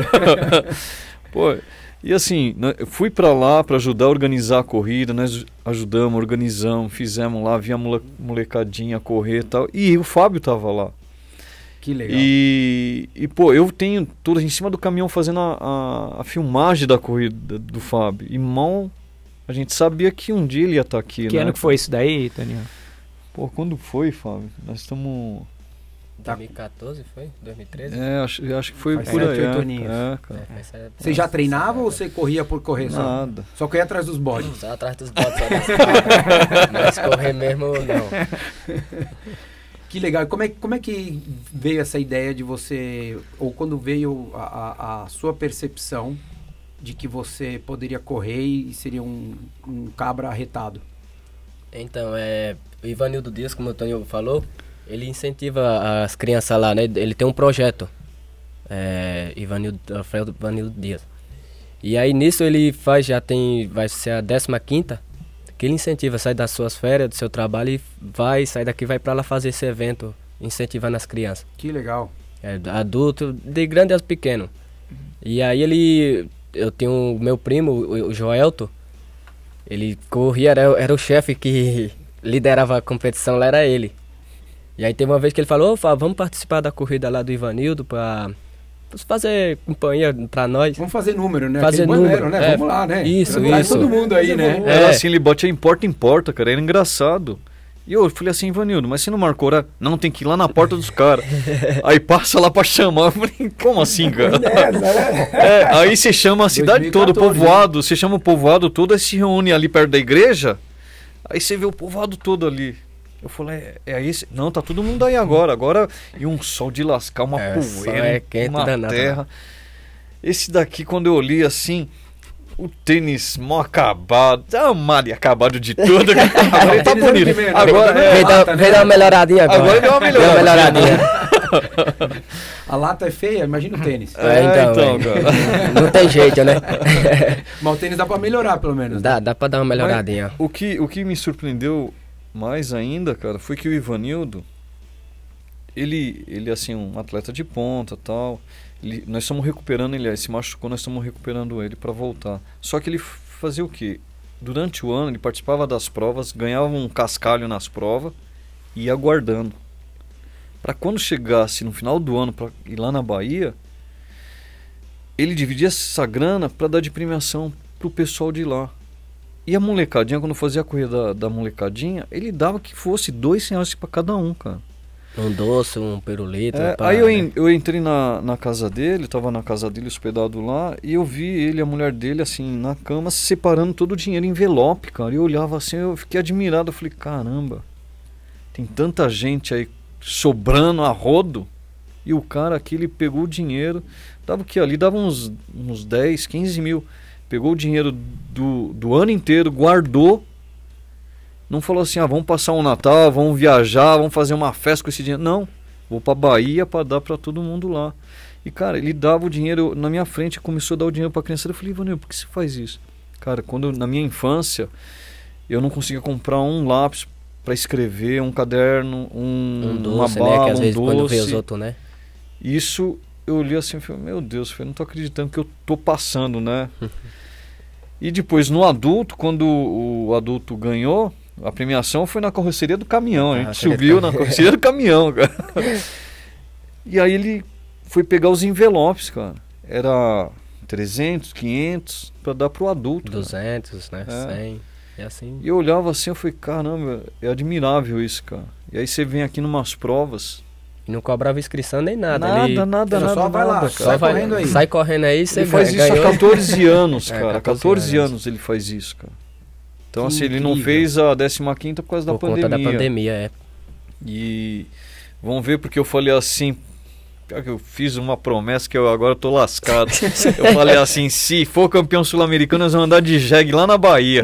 E assim, eu fui pra lá pra ajudar a organizar a corrida. Nós ajudamos, organizamos, fizemos lá, vi a molecadinha correr e tal. E o Fábio tava lá. Que legal. E eu tenho tudo em cima do caminhão fazendo a filmagem da corrida do Fábio. Irmão, a gente sabia que um dia ele ia estar aqui, Que ano que foi isso daí, Toninho? Quando foi, Fábio? Nós estamos... 2014 foi? 2013? Acho que foi Faz por 7, aí. 8 aninhos. Cara. Você já treinava ou você corria por correr só? Nada. Só corria atrás dos bodes? Só atrás dos bodes, mas correr mesmo não. Que legal. Como é que veio essa ideia de você, ou quando veio a sua percepção de que você poderia correr e seria um cabra arretado? Então, o Ivanildo Dias, como o Toninho falou, ele incentiva as crianças lá, né? Ele tem um projeto, Ivanildo Dias. E aí nisso ele vai ser a 15ª, que ele incentiva, sai das suas férias, do seu trabalho e sai daqui, vai para lá fazer esse evento, incentivando as crianças. Que legal. Adulto, de grande a pequeno. E aí eu tenho o meu primo, o Joelto, ele corria, era o chefe que liderava a competição, lá era ele. E aí teve uma vez que ele falou, vamos participar da corrida lá do Ivanildo para fazer companhia para nós. Vamos fazer número, né? Fazer número, né? Vamos lá, né? Isso. Todo mundo aí, né? Assim, ele bote em porta, cara, era engraçado. E eu falei assim, Ivanildo, mas você não marcou horário? Não, tem que ir lá na porta dos caras. Aí passa lá pra chamar. Eu falei, como assim, cara? Aí você chama a cidade 2014, toda, o povoado. Você chama o povoado todo, aí se reúne ali perto da igreja. Aí você vê o povoado todo ali. Eu falei, esse? Não, tá todo mundo aí agora. E um sol de lascar, uma poeira, uma terra. Esse daqui, quando eu olhei assim... O tênis mal acabado, mal acabado de tudo. Agora ele tá bonito. Agora veio dar uma melhoradinha agora. Agora deu uma melhoradinha. A lata é feia, imagina o tênis. Então, cara. Não tem jeito, né? Mas o tênis dá pra melhorar, pelo menos. Dá pra dar uma melhoradinha. Mas o que me surpreendeu mais ainda, cara, foi que o Ivanildo, ele assim, um atleta de ponta e tal... nós estamos recuperando ele, se machucou, nós estamos recuperando ele para voltar. Só que ele fazia o quê? Durante o ano ele participava das provas, ganhava um cascalho nas provas e ia guardando. Para quando chegasse no final do ano para ir lá na Bahia, ele dividia essa grana para dar de premiação pro pessoal de lá. E a molecadinha, quando fazia a corrida da molecadinha, ele dava que fosse R$2 para cada um, cara. Um doce, um pirulito. Aí eu entrei na casa dele, tava na casa dele hospedado lá, e eu vi ele e a mulher dele assim, na cama, separando todo o dinheiro em envelope, cara. E eu olhava assim, eu fiquei admirado, eu falei, caramba, tem tanta gente aí sobrando a rodo, e o cara aqui, ele pegou o dinheiro, dava o que ali? Dava uns 10, 15 mil. Pegou o dinheiro do ano inteiro, guardou. Não falou assim, vamos passar um Natal, vamos viajar, vamos fazer uma festa com esse dinheiro. Não, vou pra Bahia pra dar pra todo mundo lá. E, cara, ele dava o dinheiro na minha frente, começou a dar o dinheiro pra criança. Eu falei, Ivanildo, por que você faz isso? Cara, na minha infância, eu não conseguia comprar um lápis pra escrever, um caderno, um doce, uma bala, né? Que às vezes quando vê os outros, né? Isso, eu olhei assim e falei, meu Deus, eu não tô acreditando que eu tô passando, né? E depois, no adulto, quando o adulto ganhou, a premiação foi na carroceria do caminhão. A gente subiu na carroceria do caminhão, cara. E aí ele foi pegar os envelopes, cara. Era 300, 500 pra dar pro adulto. 200, cara. Né? 100. E assim. E eu olhava assim, eu falei, caramba, é admirável isso, cara. E aí você vem aqui numas provas. E não cobrava inscrição nem nada. Nada. Só vai lá, sai correndo aí. Sai correndo aí, você ele faz isso há 14 anos, cara. 14 anos ele faz isso, cara. Então, assim, ele não fez a 15ª por causa da pandemia. Por conta da pandemia, E vamos ver, porque eu falei assim, eu fiz uma promessa que eu agora tô lascado. Eu falei assim, se for campeão sul-americano, nós vamos andar de jegue lá na Bahia.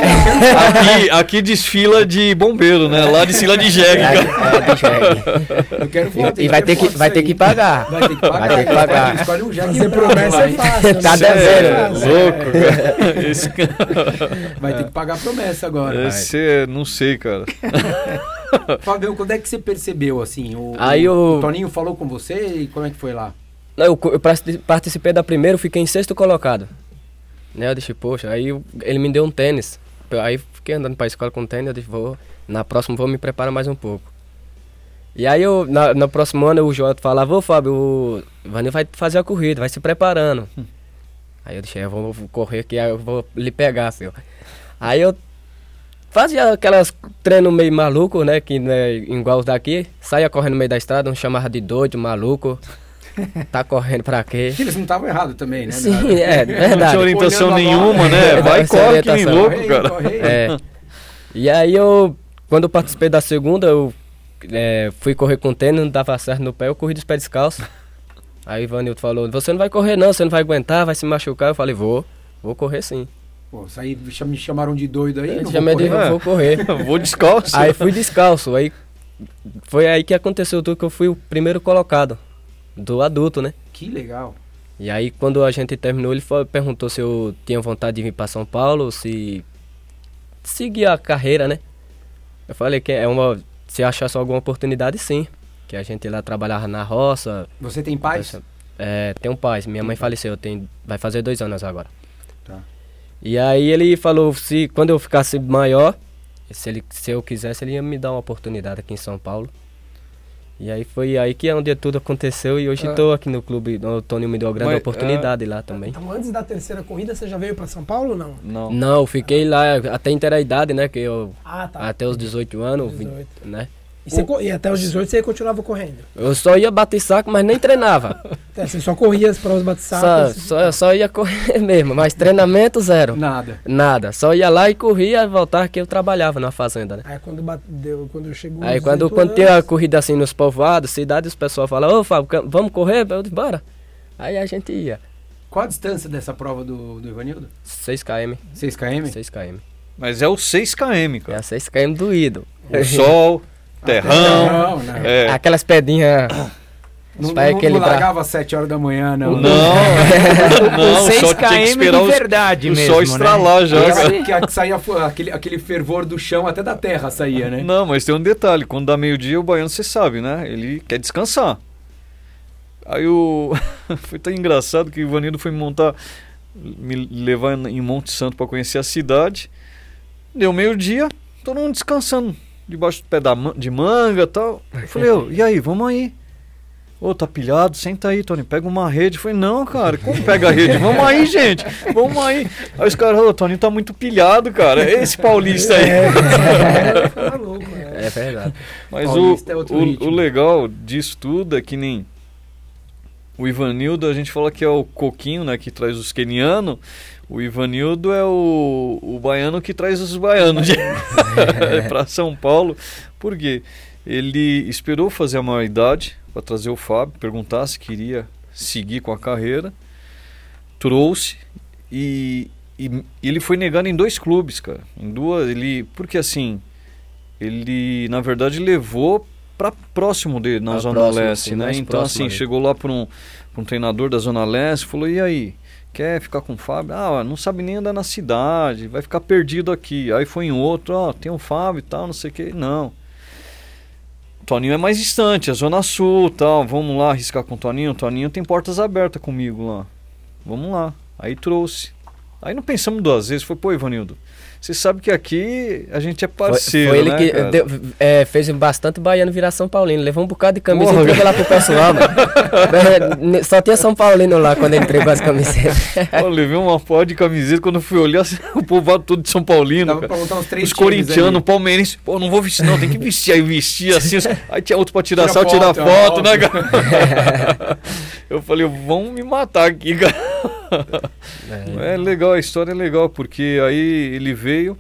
Aqui desfila de bombeiro, né? Lá desfila de jegue. De jegue. Eu quero foto, e vai ter que pagar. Vai ter que pagar. Escolhe um jegue. Fazer promessa é fácil. Tá devendo. Louco, cara. Vai ter que pagar a promessa agora. Não sei, cara. Fabião, quando é que você percebeu, assim? O Toninho falou com você e como é que foi lá? Não, eu participei da primeira, eu fiquei em 6º colocado. Né, eu disse, poxa, aí ele me deu um tênis. Aí fiquei andando pra escola com tênis, eu disse, na próxima vou me preparar mais um pouco. E aí no próximo ano o Jota falava, Fábio, o Vanil vai fazer a corrida, vai se preparando. Aí eu disse, eu vou correr aqui, eu vou lhe pegar, filho. Aí eu fazia aquelas treinos meio maluco, né, que né, igual os daqui, saia correndo no meio da estrada, não chamava de doido, maluco. Tá correndo pra quê? Eles não estavam errados também, né? Sim, verdade. Não tinha orientação nenhuma, né? Vai e corre que nem louco, cara. E aí quando eu participei da segunda, eu fui correr com tênis, não dava certo no pé, eu corri dos pés descalços. Aí o Ivanildo falou, você não vai correr não, você não vai aguentar, vai se machucar. Eu falei, vou correr sim. Pô, aí me chamaram de doido aí? Vou correr. Vou descalço. Aí fui descalço, aí foi aí que aconteceu tudo, que eu fui o primeiro colocado. Do adulto, né? Que legal. E aí quando a gente terminou, ele perguntou se eu tinha vontade de vir para São Paulo, se seguir a carreira, né? Eu falei que se achasse alguma oportunidade, sim. Que a gente lá trabalhava na roça. Você tem pais? Tenho pais. Minha mãe faleceu, vai fazer 2 anos agora. Tá. E aí ele falou, quando eu ficasse maior, se eu quisesse, ele ia me dar uma oportunidade aqui em São Paulo. E aí foi aí que é onde tudo aconteceu e hoje estou aqui no clube, o Tony me deu a grande oportunidade lá também. Então antes da terceira corrida você já veio para São Paulo ou não? Não. Não, eu fiquei lá até inteira-idade, né, que eu Tá. até os 18 anos, 18. né? E até os 18 você continuava correndo? Eu só ia bater saco, mas nem treinava. Você só corria as provas bate-sacos? Só ia correr mesmo, mas treinamento zero. Nada. Só ia lá e corria e voltava que eu trabalhava na fazenda, né? Aí quando chegou aí quando tem a corrida assim nos povoados, cidades, o pessoal fala, ô Fábio, vamos correr? Eu disse, bora. Aí a gente ia. Qual a distância dessa prova do Ivanildo? 6 km. 6 km? 6 km. Mas é o 6 km, É cara. a 6 km doído. O sol, terrão. Né? Aquelas pedrinhas. Não Aquele largava às 7 horas da manhã, não. Não, 6 só tinha que km esperar de verdade o mesmo, sol estralar já. Que saía aquele fervor do chão, até da terra saía, né? Não, mas tem um detalhe, quando dá meio-dia o baiano, você sabe, né? Ele quer descansar. Aí foi tão engraçado que o Ivanildo foi me levar em Monte Santo para conhecer a cidade. Deu meio-dia, todo mundo descansando, debaixo do pé de manga e tal. Eu falei, e aí, vamos aí. Tá pilhado, senta aí, Tony, pega uma rede. Eu falei, não, cara, como pega a rede? Vamos aí, gente, vamos aí. Aí os caras, Tony tá muito pilhado, cara, esse paulista aí. É verdade. Mas o legal disso tudo é que nem o Ivanildo, a gente fala que é o coquinho, né, que traz os quenianos. O Ivanildo é o baiano que traz os baianos para São Paulo. Por quê? Ele esperou fazer a maioridade para trazer o Fábio, perguntar se queria seguir com a carreira. Trouxe e ele foi negado em 2 clubes, cara. Porque assim, ele na verdade levou para próximo dele, na Zona Leste, né? Então assim, chegou lá para um treinador da Zona Leste, falou, e aí? Quer ficar com o Fábio? Não sabe nem andar na cidade, vai ficar perdido aqui. Aí foi em outro, tem um Fábio e tal, não sei o que. Não. Toninho é mais distante, é Zona Sul tal. Vamos lá arriscar com o Toninho. O Toninho tem portas abertas comigo lá. Vamos lá. Aí trouxe. Aí não pensamos 2 vezes. Foi, Ivanildo, você sabe que aqui a gente é parceiro, foi ele, né, que fez bastante baiano virar São Paulino. Levou um bocado de camisa e entregou lá pro pessoal, mano. Só tinha São Paulino lá quando ele entregou as camisetas. Eu levei uma foto de camiseta, quando eu fui olhar, o povo todo de São Paulino. Os corintianos, palmeirenses, não vou vestir não, tem que vestir. Aí vestia assim, aí tinha outro pra tirar foto, né, cara? Eu falei, vão me matar aqui, cara. É legal, a história é legal, porque aí ele veio,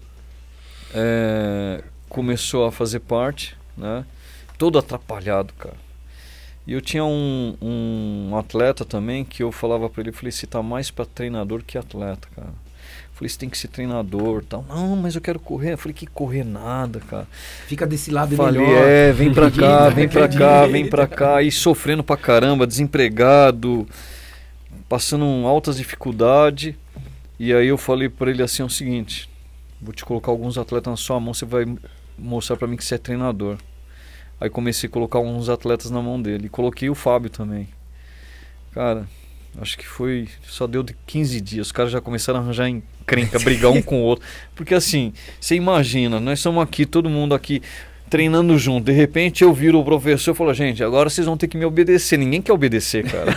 começou a fazer parte, né? Todo atrapalhado, cara. E eu tinha um atleta também que eu falava pra ele, falei, você tá mais pra treinador que atleta, cara. Eu falei, você tem que ser treinador e tal. Não, mas eu quero correr. Eu falei, que correr nada, cara. Fica desse lado melhor. Vem pra cá, vem pra cá. E sofrendo pra caramba, desempregado, passando altas dificuldades. E aí eu falei pra ele assim, o seguinte, vou te colocar alguns atletas na sua mão, você vai mostrar pra mim que você é treinador. Aí comecei a colocar alguns atletas na mão dele. E coloquei o Fábio também. Cara, acho que só deu de 15 dias. Os caras já começaram a arranjar encrenca, brigar um com o outro. Porque assim, você imagina, nós estamos aqui, todo mundo aqui treinando junto. De repente eu viro o professor e falo, gente, agora vocês vão ter que me obedecer. Ninguém quer obedecer, cara.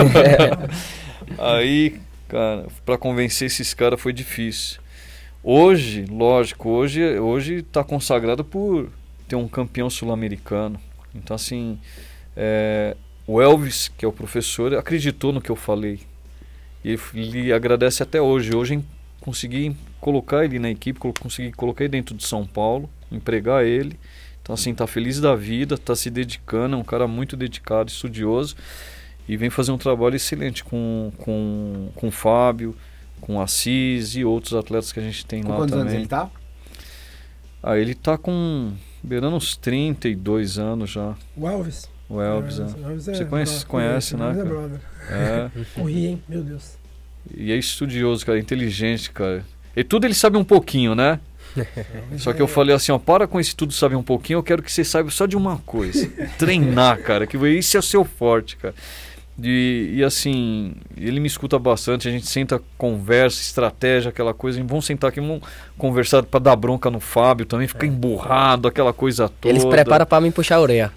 Aí, cara, pra convencer esses caras foi difícil. Hoje, lógico, hoje tá consagrado por ter um campeão sul-americano. Então assim, o Elvis, que é o professor, acreditou no que eu falei. E ele agradece até hoje. Hoje consegui colocar ele na equipe, consegui colocar ele dentro de São Paulo, empregar ele. Então assim, tá feliz da vida, tá se dedicando, é um cara muito dedicado, estudioso. E vem fazer um trabalho excelente com o Fábio, com o Assis e outros atletas que a gente tem lá também. Quantos anos ele tá? Ele tá beirando uns 32 anos já. O Elvis? O Elvis, Você conhece, né? É brother. Corri, hein? Meu Deus. E é estudioso, cara, inteligente, cara. E tudo ele sabe um pouquinho, né? Só que eu falei assim, para com esse tudo sabe um pouquinho, eu quero que você saiba só de uma coisa. Treinar, cara, que isso é o seu forte, cara. E assim, ele me escuta bastante, a gente senta, conversa, estratégia, aquela coisa, e vamos sentar aqui, vamos conversar para dar bronca no Fábio também, fica emburrado, aquela coisa toda. Eles preparam para mim puxar a orelha.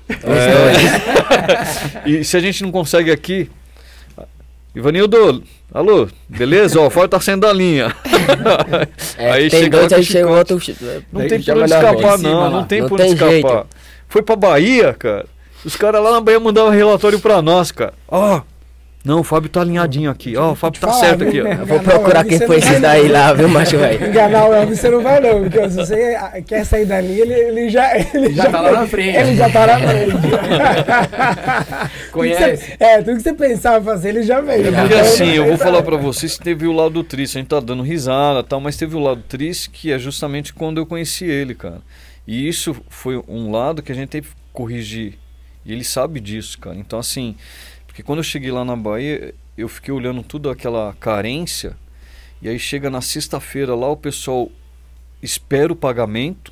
E se a gente não consegue aqui, Ivanildo, alô, beleza? Ó, o Fábio tá saindo da linha. Aí tem dois, aí chega o outro. Não tem por onde escapar, não tem por onde escapar. Foi pra Bahia, cara. Os caras lá na Bahia mandavam relatório pra nós, cara. Ó, não, o Fábio tá alinhadinho aqui. Ó, o Fábio tá certo aqui, ó. Eu vou procurar quem foi esses daí lá, viu, macho, velho? Enganar o Elvis você não vai não, porque se você quer sair da linha, ele já tá lá na frente. Ele já tá na frente. Conhece? Tudo que você pensava fazer, ele já veio. Porque assim, eu vou falar pra vocês que teve o lado triste, a gente tá dando risada e tal, mas teve o lado triste que é justamente quando eu conheci ele, cara. E isso foi um lado que a gente teve que corrigir. E ele sabe disso, cara. Então assim, porque quando eu cheguei lá na Bahia, eu fiquei olhando tudo aquela carência, e aí chega na sexta-feira lá, o pessoal espera o pagamento,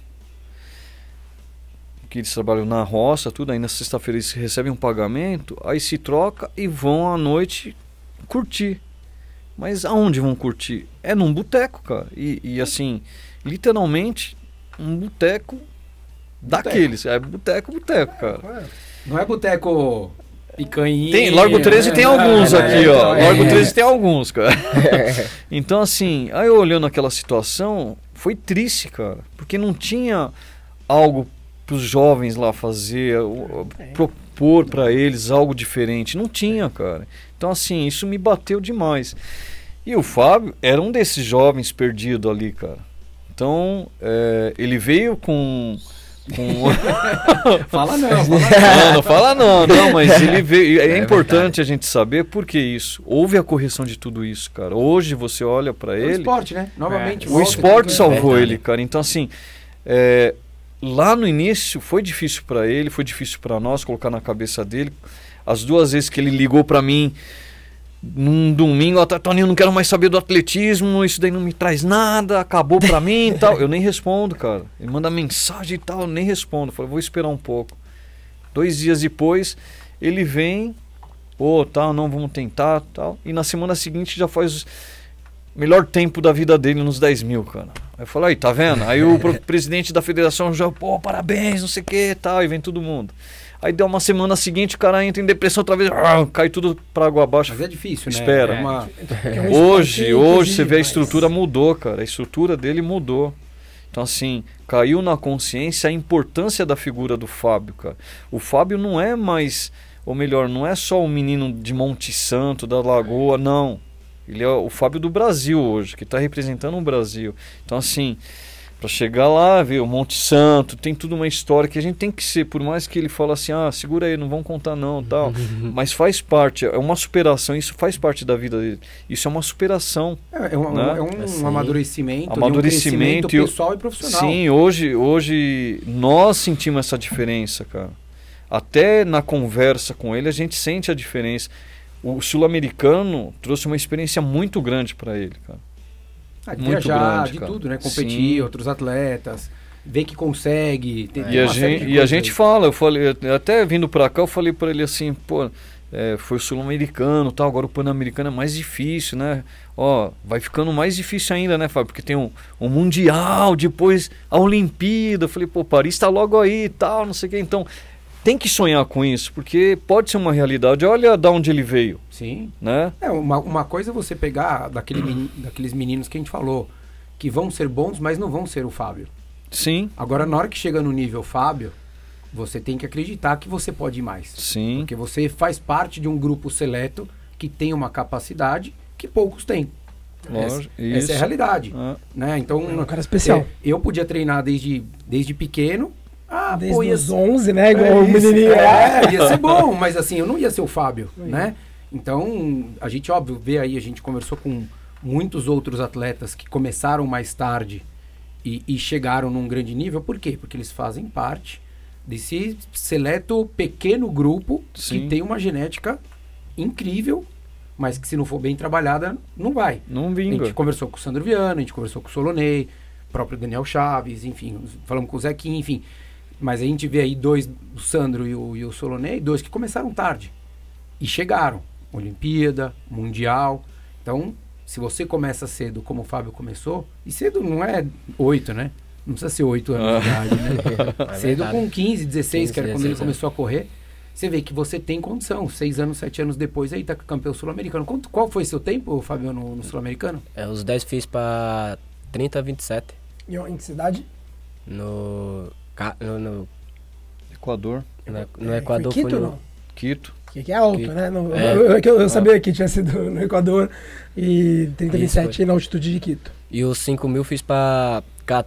que eles trabalham na roça, tudo, aí na sexta-feira eles recebem um pagamento, aí se troca e vão à noite curtir. Mas aonde vão curtir? É num boteco, cara. E assim, literalmente, um boteco daqueles. É boteco, cara. Não é boteco picanha. Tem, Largo 13 tem alguns aqui, ó. Largo 13 tem alguns, cara. Então, assim, aí eu olhando aquela situação, foi triste, cara. Porque não tinha algo pros jovens lá fazer, propor pra eles algo diferente. Não tinha, cara. Então, assim, isso me bateu demais. E o Fábio era um desses jovens perdidos ali, cara. Então, ele veio com... Fala não. Não fala não, mas ele veio. É importante a gente saber por que isso. Houve a correção de tudo isso, cara. Hoje você olha pra ele. O esporte, né? Novamente. O esporte salvou ele, cara. Então, assim, lá no início foi difícil pra ele, foi difícil pra nós colocar na cabeça dele. As duas vezes que ele ligou pra mim num domingo, Toninho, não quero mais saber do atletismo, isso daí não me traz nada, acabou pra mim e tal. Eu nem respondo, cara. Ele manda mensagem e tal, eu nem respondo. Eu falei, vou esperar um pouco. 2 dias depois, ele vem, tal, não, vamos tentar, tal. E na semana seguinte já faz o melhor tempo da vida dele nos 10 mil, cara. Aí eu falo, aí, tá vendo? Aí o presidente da federação já, parabéns, não sei o que, tal, e vem todo mundo. Aí deu uma semana seguinte, o cara entra em depressão outra vez, cai tudo pra água abaixo. Mas é difícil, né? Espera. Hoje você vê a estrutura mudou, cara. A estrutura dele mudou. Então, assim, caiu na consciência a importância da figura do Fábio, cara. O Fábio não é mais, ou melhor, não é só um menino de Monte Santo, da Lagoa, não. Ele é o Fábio do Brasil hoje, que está representando o Brasil. Então, assim, para chegar lá, ver o Monte Santo, tem tudo uma história que a gente tem que ser, por mais que ele fale assim, segura aí, não vão contar não, tal. Mas faz parte, é uma superação, isso faz parte da vida dele. Isso é uma superação. Um amadurecimento, amadurecimento um pessoal e profissional. Sim, hoje nós sentimos essa diferença, cara. Até na conversa com ele, a gente sente a diferença. O sul-americano trouxe uma experiência muito grande para ele, cara. De viajar, de tudo, né? Competir, outros atletas, ver que consegue. E a gente fala, eu falei, até vindo pra cá, eu falei pra ele assim, foi o sul-americano, tal, agora o pan-americano é mais difícil, né? Vai ficando mais difícil ainda, né, Fábio? Porque tem um mundial, depois a Olimpíada. Eu falei, Paris tá logo aí e tal, não sei o que. Então, tem que sonhar com isso, porque pode ser uma realidade. Olha de onde ele veio. Sim. Né? Uma coisa é você pegar daqueles meninos que a gente falou, que vão ser bons, mas não vão ser o Fábio. Sim. Agora, na hora que chega no nível Fábio, você tem que acreditar que você pode ir mais. Sim. Porque você faz parte de um grupo seleto que tem uma capacidade que poucos têm. Essa é a realidade. Né? Então, um cara especial. Eu podia treinar desde pequeno. Desde os 11, né? Igual o menininho. Ia ser bom, mas assim, eu não ia ser o Fábio, né? Então, a gente, óbvio, vê aí, a gente conversou com muitos outros atletas que começaram mais tarde e chegaram num grande nível. Por quê? Porque eles fazem parte desse seleto pequeno grupo que tem uma genética incrível, mas que se não for bem trabalhada, não vai. Não vinga. A gente conversou com o Sandro Viana, a gente conversou com o Solonei, próprio Daniel Chaves, enfim, falamos com o Zequinha, enfim. Mas a gente vê aí 2, o Sandro e o Solonei, 2 que começaram tarde e chegaram. Olimpíada, Mundial. Então, se você começa cedo, como o Fábio começou, e cedo não é 8, né? Não precisa ser 8 anos de idade, né? Cedo com 15, 16, que era quando ele começou a correr. Você vê que você tem condição. 6 anos, 7 anos depois, aí tá campeão sul-americano. Qual foi seu tempo, Fábio, no sul-americano? Os 10 fiz pra 30, 27. E em que cidade? No Equador. no Equador foi Quito, foi no... não? Quito. Que é alto, Quito. né? É. Eu sabia que tinha sido no Equador e 30, 27 foi. na altitude de Quito. E os 5 mil fiz pra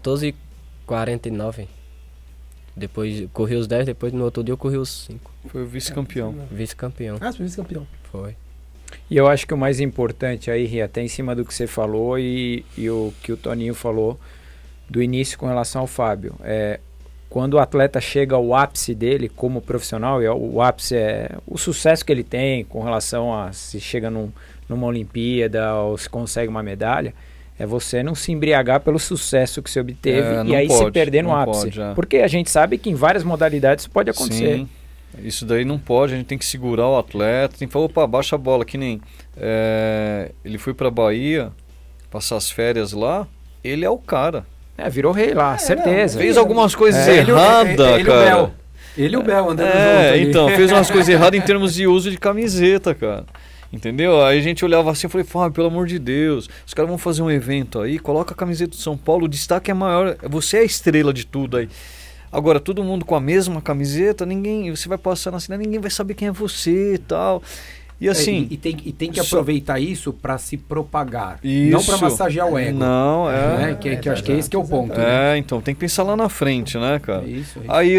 14,49. Depois corri os 10, depois no outro dia eu corri os 5. Foi o vice-campeão. Vice-campeão. Ah, você foi vice-campeão. Foi. E eu acho que o mais importante aí, Ria, até em cima do que você falou e o que o Toninho falou do início com relação ao Fábio. Quando o atleta chega ao ápice dele como profissional, e o ápice é o sucesso que ele tem com relação a se chega numa Olimpíada ou se consegue uma medalha, é você não se embriagar pelo sucesso que você obteve e aí se perder no ápice. Porque a gente sabe que em várias modalidades isso pode acontecer. Sim, isso daí não pode, a gente tem que segurar o atleta, tem que falar, opa, baixa a bola, que nem ele foi pra Bahia passar as férias lá, ele é o cara. Virou rei lá, certeza. Fez algumas coisas erradas, cara. Ele e o Bel andando junto. Então, fez umas coisas erradas em termos de uso de camiseta, cara. Entendeu? Aí a gente olhava assim e falei, Fábio, pelo amor de Deus, os caras vão fazer um evento aí, coloca a camiseta do São Paulo, o destaque é maior, você é a estrela de tudo aí. Agora, todo mundo com a mesma camiseta, você vai passar na cidade, ninguém vai saber quem é você e tal. E assim... E tem que aproveitar isso para se propagar, isso, não para massagear o ego. Não, que eu acho que é esse que é o ponto. Então, tem que pensar lá na frente, né, cara? Isso. Aí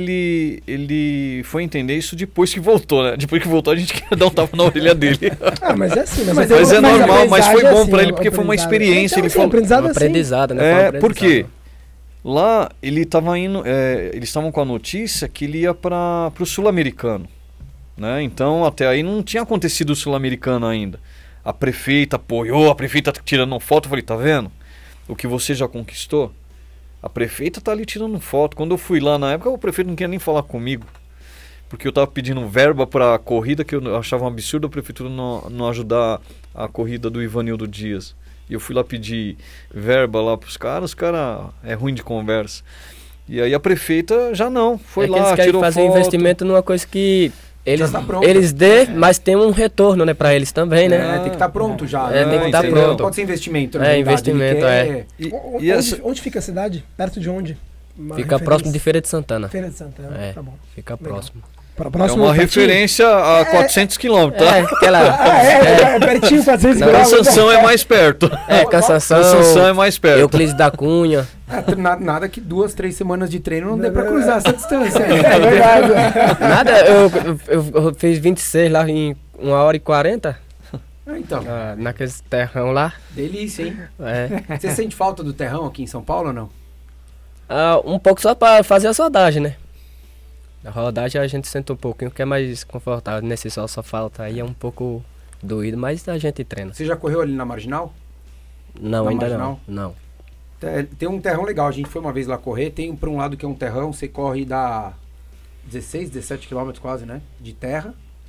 ele foi entender isso depois que voltou, né? Depois que voltou, a gente queria dar um tapa na orelha dele. Mas é assim, mas é normal, mas foi bom pra ele, porque foi uma experiência. Ele falou, aprendizado, né? Por quê? Lá, ele tava indo, eles estavam com a notícia que ele ia pro Sul-Americano. Né? Então até aí não tinha acontecido o Sul-Americano ainda. A prefeita apoiou, a prefeita tirando foto. Eu falei, tá vendo? O que você já conquistou? A prefeita tá ali tirando foto. Quando eu fui lá na época, o prefeito não queria nem falar comigo, porque eu tava pedindo verba pra corrida, que eu achava um absurdo a prefeitura não ajudar a corrida do Ivanildo Dias. E eu fui lá pedir verba lá pros caras, os caras é ruim de conversa. E aí a prefeita já não, foi lá, eles tirou fazer foto. investimento numa coisa que Tá eles dê, mas tem um retorno, né, para eles também, né? Tem que estar pronto já. Tem que estar pronto. Não pode ser investimento. Investimento, Onde fica a cidade? Perto de onde? Fica próximo de Feira de Santana. Feira de Santana, tá bom. Fica próximo. Próximo é uma referência a 400 quilômetros, tá? É pertinho, 400 quilômetros. Cansanção é mais perto. Cansanção é mais perto. Euclides da Cunha. Nada que 2, 3 semanas de treino não dê pra cruzar essa distância. É verdade. Nada, eu fiz 26 lá em 1h40. Então. Naqueles terrão lá. Delícia, hein? Você sente falta do terrão aqui em São Paulo ou não? Um pouco só pra fazer a rodagem, né? A rodagem a gente sente um pouquinho, que é mais confortável. Nesse sol só falta aí, é um pouco doído, mas a gente treina. Você já correu ali na Marginal? Não, ainda não. Tem um terrão legal, a gente foi uma vez lá correr, tem por um lado que é um terrão, você corre e dá 16, 17 quilômetros quase, né? De terra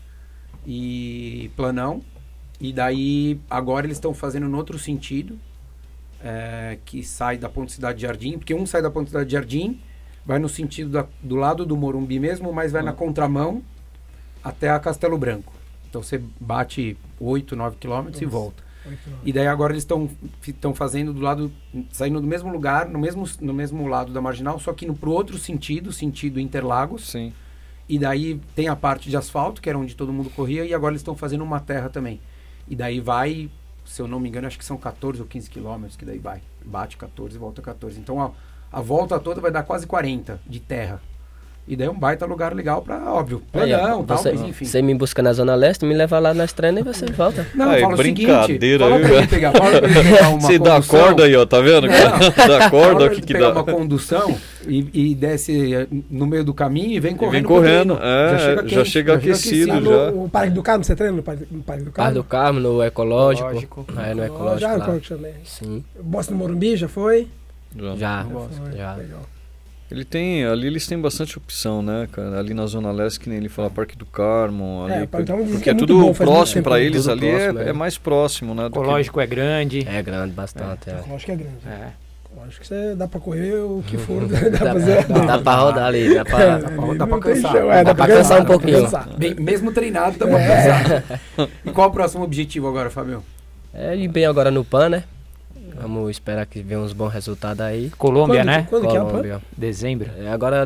e planão. E daí, agora eles estão fazendo no outro sentido, que sai da Ponte Cidade Jardim, porque um sai da Ponte Cidade Jardim, vai no sentido do lado do Morumbi mesmo, mas vai na contramão até a Castelo Branco. Então você bate 8, 9 quilômetros e volta. E daí agora eles estão fazendo do lado, saindo do mesmo lugar, no mesmo lado da Marginal, só que indo pro outro sentido Interlagos. Sim. E daí tem a parte de asfalto, que era onde todo mundo corria, e agora eles estão fazendo uma terra também. E daí vai, se eu não me engano, acho que são 14 ou 15 quilômetros que daí vai. Bate 14 e volta 14. Então a volta toda vai dar quase 40 de terra. E daí é um baita lugar legal pra, óbvio, planão e tal, mas enfim. Você me busca na Zona Leste, me leva lá nas treinas e você volta. Não, fala o seguinte, fala pra ele pegar uma você dá corda aí, ó, tá vendo? Dá corda aqui que dá. Uma condução e desce no meio do caminho e vem correndo. Vem correndo, já chega aquecido. O Parque do Carmo, você treina no Parque do Carmo? Parque do Carmo, no Ecológico. No Ecológico já, lá. no Ecológico também. Sim. Boston no Morumbi, já foi? Já. Legal. Ali eles têm bastante opção, né, cara? Ali na Zona Leste, que nem ele fala, Parque do Carmo, ali, porque é tudo próximo para eles, tudo ali próximo, é mais próximo, né? O ecológico é grande. É grande, bastante. Eu acho que é grande. É. Acho que você dá pra correr o que for. Dá pra fazer. Dá pra rodar ali, dá pra cansar. dá pra cansar um pouquinho. Mesmo treinado, dá pra cansar. E qual o próximo objetivo agora, Fábio? É ir bem agora no PAN, né? Vamos esperar que venha uns bons resultados aí. Colômbia, né? Quando que é o PAN? Colômbia. Dezembro. Agora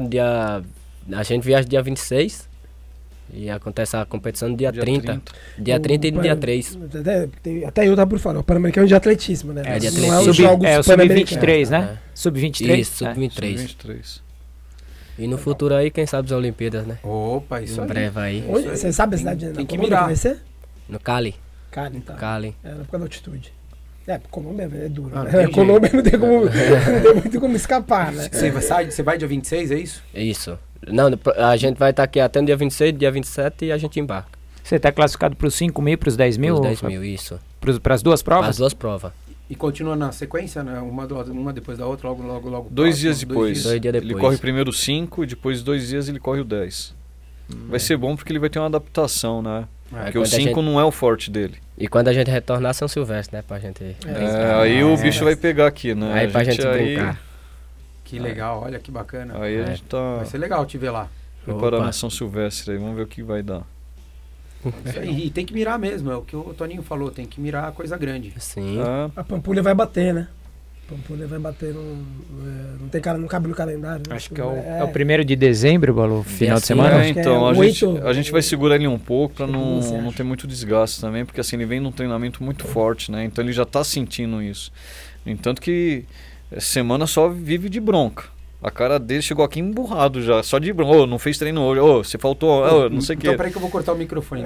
a gente viaja dia 26 e acontece a competição no dia 30. Dia 30 e no dia 3. Até eu tava por fora. O Pan-Americano de atletismo, né? É, de Não atletismo. os jogos o pan-americanos. Sub-23, né? Sub-23? Isso, Sub-23. 23. E no futuro aí, quem sabe as Olimpíadas, né? Opa, isso Em aí. breve aí. Onde- Você sabe a cidade tem que Colômbia mirar. vai ser? No Cali. Cali, então. Cali. É, por causa da altitude. Colômbia é duro. Ah, não né? tem Colômbia não tem muito como escapar, né? Você vai dia 26, é isso? Isso. Não, a gente vai estar aqui até no dia 26, dia 27 e a gente embarca. Você está classificado para os 5 mil, para os 10 mil? Os 10 mil, isso. Para as duas provas? As duas provas. E continua na sequência, né? Uma depois da outra, logo. 2 dias depois. 2 dias Ele depois. corre primeiro o 5 e depois 2 dias ele corre o 10. Vai ser bom porque ele vai ter uma adaptação, né? Porque o quando a 5 gente- não é o forte dele. E quando a gente retornar, São Silvestre, né? Pra gente. Aí o bicho vai pegar aqui, né? Aí pra gente brincar. Que legal, olha que bacana. Aí a gente tá Vai ser legal te ver lá. preparando Opa. a São Silvestre aí, vamos ver o que vai dar. Isso aí, e tem que mirar mesmo, é o que o Toninho falou, tem que mirar coisa grande. Sim. É, A Pampulha vai bater, né? A Pampulha vai bater não tem cara, não cabe no calendário. Né? Acho que é o 1º de dezembro, Balu, final de assim, semana. acho que é então, 8. a gente vai segurar ele um pouco pra O que você não acha? ter muito desgaste também, porque assim, ele vem num treinamento muito forte, né? Então ele já tá sentindo isso. No entanto que essa semana só vive de bronca. A cara dele chegou aqui emburrado já, só de bronca. Ô, não fez treino hoje, ô, você faltou, ô, não sei o Então que. peraí que eu vou cortar o microfone.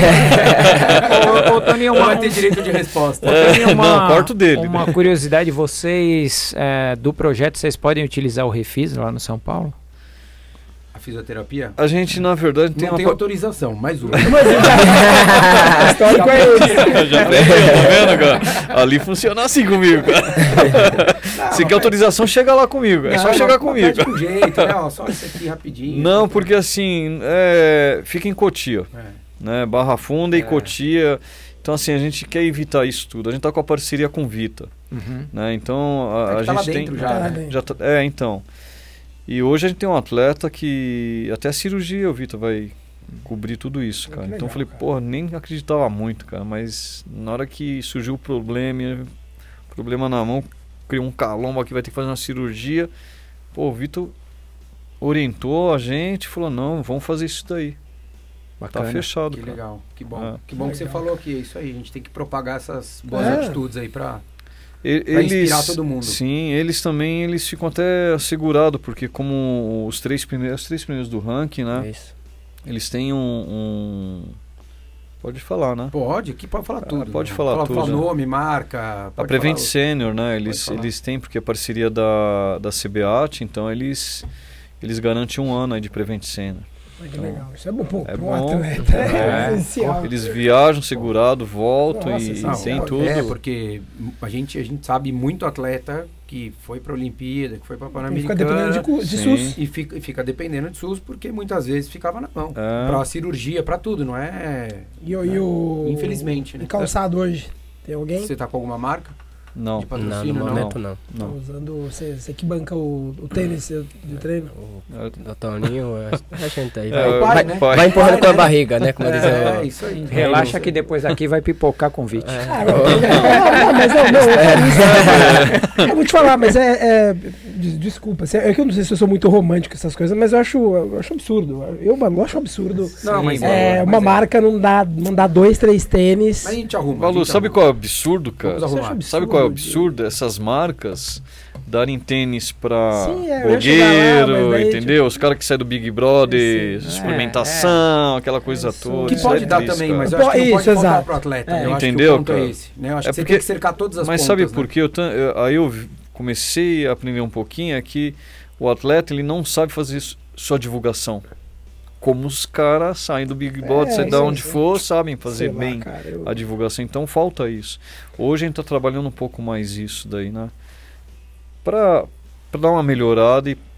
Ô, Toninho, Não vai ter direito de resposta. Toninho, Não, corta o dele. Uma curiosidade, vocês do projeto, vocês podem utilizar o Refis lá no São Paulo? A fisioterapia? A gente, na verdade, tem Não tem autorização, mais uma. Histórico é esse. Já aprendeu, tá vendo, cara? Ali funciona assim comigo, cara. Se quer autorização, chega lá comigo. É só chegar comigo. Pede um jeito, né? Ó, só isso aqui rapidinho. Não, porque assim, fica em Cotia, né? Barra Funda e Cotia. Então, assim, a gente quer evitar isso tudo. A gente tá com a parceria com Vita, né? Então, a Tá lá gente dentro tem... já, Tá né? lá dentro. Então. E hoje a gente tem um atleta que até a cirurgia o Vita vai cobrir tudo isso, cara. Que Então eu legal, falei, cara. porra, nem acreditava muito, cara. Mas na hora que surgiu o problema na mão, criou um calombo aqui, vai ter que fazer uma cirurgia. Pô, o Vitor orientou a gente, falou, não, vamos fazer isso daí. Bacana. Tá fechado, Que cara. legal, que bom. É. Que bom que você Legal. falou que é isso aí. A gente tem que propagar essas boas É. atitudes aí pra Eles, inspirar todo mundo. Sim, eles também eles ficam até assegurados, porque como os três primeiros do ranking, né? Isso. Eles têm Pode falar, né? Pode, aqui pode falar tudo. pode né? falar tudo, Fala né? nome, marca. A pode Prevent falar- Senior, né? Pode falar. Eles têm, porque é parceria da CBAT, então eles garantem 1 ano aí de Prevent Senior. Olha que legal. Isso é bom, pô, É pro bom. atleta. É. É essencial. Eles viajam segurado, voltam Nossa, e não, tem tudo. É, porque a gente sabe muito atleta que foi pra Olimpíada, que foi pra Tem que ficar dependendo Pan-Americana de Sim. SUS. e fica dependendo de SUS, porque muitas vezes ficava na mão. É. Pra cirurgia, pra tudo, não é? E o... Infelizmente, né? E calçado hoje? Tem alguém? Você tá com alguma marca Não, de Não, patrocínio? no Não, momento não. Tá não. usando... Você que banca o tênis de treino? O Toninho, a gente aí É, pai, vai, né? vai empurrando Pai, com a né? barriga, né? Como dizem É, o- isso aí. Relaxa que depois aqui vai pipocar convite. Ah, não, mas não, eu vou te falar, mas desculpa, é que eu não sei se eu sou muito romântico com essas coisas, mas eu acho absurdo. Eu acho absurdo. Não, mas Uma marca não dá 2, 3 tênis. Mas a gente arruma. Balu, sabe qual é o absurdo, cara? Vamos arrumar. Absurdo. Sabe qual é o absurdo? Essas marcas darem tênis pra Sim, eu ia chegar lá, blogueiro, mas daí, entendeu? Os caras que saem do Big Brother, Sim. suplementação, aquela coisa Isso. toda. Que isso pode é dar triste, também, cara. mas eu acho que não pode Isso, faltar exato. pro atleta. É. Eu acho que Entendeu, o ponto cara? é esse. Né? Eu acho É que você porque- tem que cercar todas as Mas pontas. sabe né? por quê? Aí eu comecei a aprender um pouquinho é que o atleta ele não sabe fazer só divulgação. Como os caras saem do Big Brother, saem da sim, onde sim. for, sabem fazer Sei lá, bem cara, a divulgação. Então falta isso. Hoje a gente está trabalhando um pouco mais isso daí, né? Para dar uma melhorada e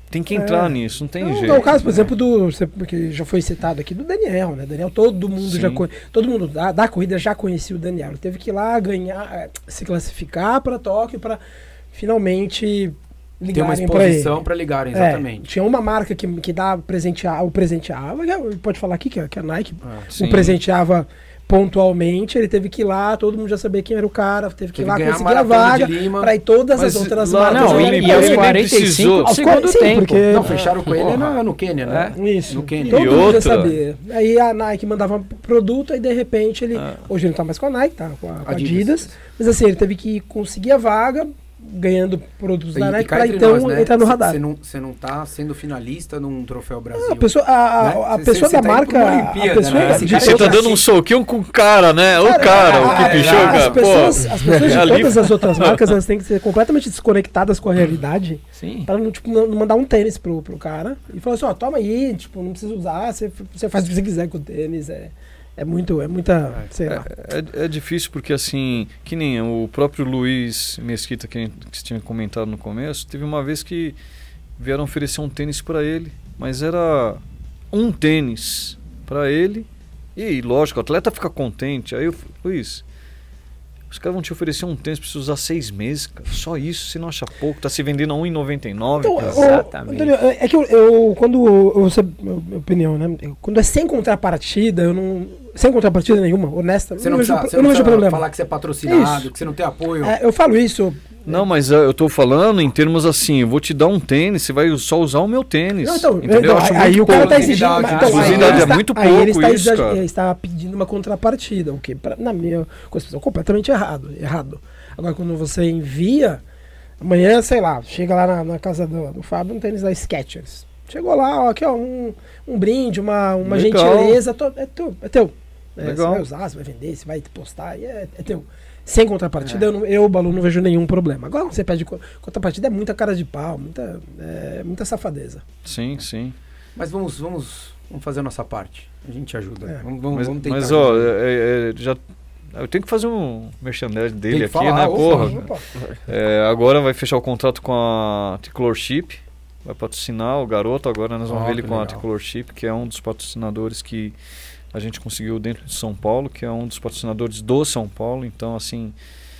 Tem que entrar nisso, não tem jeito. Não, o caso, por exemplo, que já foi citado aqui, do Daniel, né? Daniel, todo mundo todo mundo da corrida já conhecia o Daniel. Ele teve que ir lá ganhar, se classificar para Tóquio para finalmente ligarem. Tem uma exposição para ligarem, exatamente. Tinha uma marca que o presenteava, pode falar aqui que a Nike o sim. presenteava pontualmente, ele teve que ir lá, todo mundo já sabia quem era o cara, teve que ir lá ganhar a conseguir a Maratona vaga de Lima. para ir todas as Mas outras lá- marcas. Não, olharem e pra aos ele. 45 do Aos segundo 45, tempo. porque- Não, fecharam com ele no Quênia, né? Isso. No Quênia. Todo E mundo outra- já sabia. Aí a Nike mandava produto, aí de repente ele. Hoje ele não tá mais com a Nike, tá com a Adidas. Mas assim, ele teve que conseguir a vaga, ganhando produtos da Nike, cá pra entre então nós, né? entrar no radar. Você não tá sendo finalista num Troféu Brasil. A pessoa, a Né? pessoa Cê da tá indo marca. pra uma Olimpíada, A pessoa né? de Esse Você tá todas- dando um soquinho com o cara, né? O que pichou, cara. As pessoas de ali- todas as outras marcas, elas têm que ser completamente desconectadas com a realidade. Sim. Pra não, tipo, não mandar um tênis pro cara e falar assim, ó, toma aí, tipo, não precisa usar, você faz o que você quiser com o tênis. É muita, sei lá. É difícil porque, assim, que nem o próprio Luiz Mesquita, que você tinha comentado no começo, teve uma vez que vieram oferecer um tênis para ele, mas era um tênis para ele, e lógico, o atleta fica contente. Aí eu falei, Luiz, os caras vão te oferecer um tênis pra você usar 6 meses, cara. Só isso, você não acha pouco? Tá se vendendo a R$1,99. Então, Exatamente. Daniel, é que eu quando minha opinião, né? Quando é sem contrapartida, eu não. Sem contrapartida nenhuma, honesta, Você eu não não vejo, precisa, eu não vejo problema. falar que você é patrocinado, Isso. que você não tem apoio. Eu falo isso. Não, mas eu tô falando em termos assim, eu vou te dar um tênis, você vai só usar o meu tênis. Não, então, entendeu? então, Eu acho aí muito o cara pouco. tá exigindo. Exclusividade, Então, exclusividade aí ele é está- muito aí ele pouco está isso, cara. ele está pedindo uma contrapartida, o que, na minha concepção, completamente errado. Agora, quando você envia, amanhã, sei lá, chega lá na casa do Fábio, um tênis da Skechers. Chegou lá, ó, aqui, ó, um brinde, uma Legal. gentileza, é teu. Você Legal. vai usar, você vai vender, você vai postar, e é teu. Sem contrapartida, eu, Balu, não vejo nenhum problema. Agora, quando você pede contrapartida, é muita cara de pau, muita safadeza. Sim, sim. Mas vamos fazer a nossa parte. A gente ajuda. É. Vamos tentar. Mas ó, já eu tenho que fazer um merchandising dele Tem que aqui, falar, né? opa, Porra. Opa. Agora vai fechar o contrato com a Tricolor Chip. Vai patrocinar o garoto. Agora nós vamos ver ele que com a legal. Tricolor Chip, que é um dos patrocinadores que a gente conseguiu dentro de São Paulo, que é um dos patrocinadores do São Paulo. Então, assim,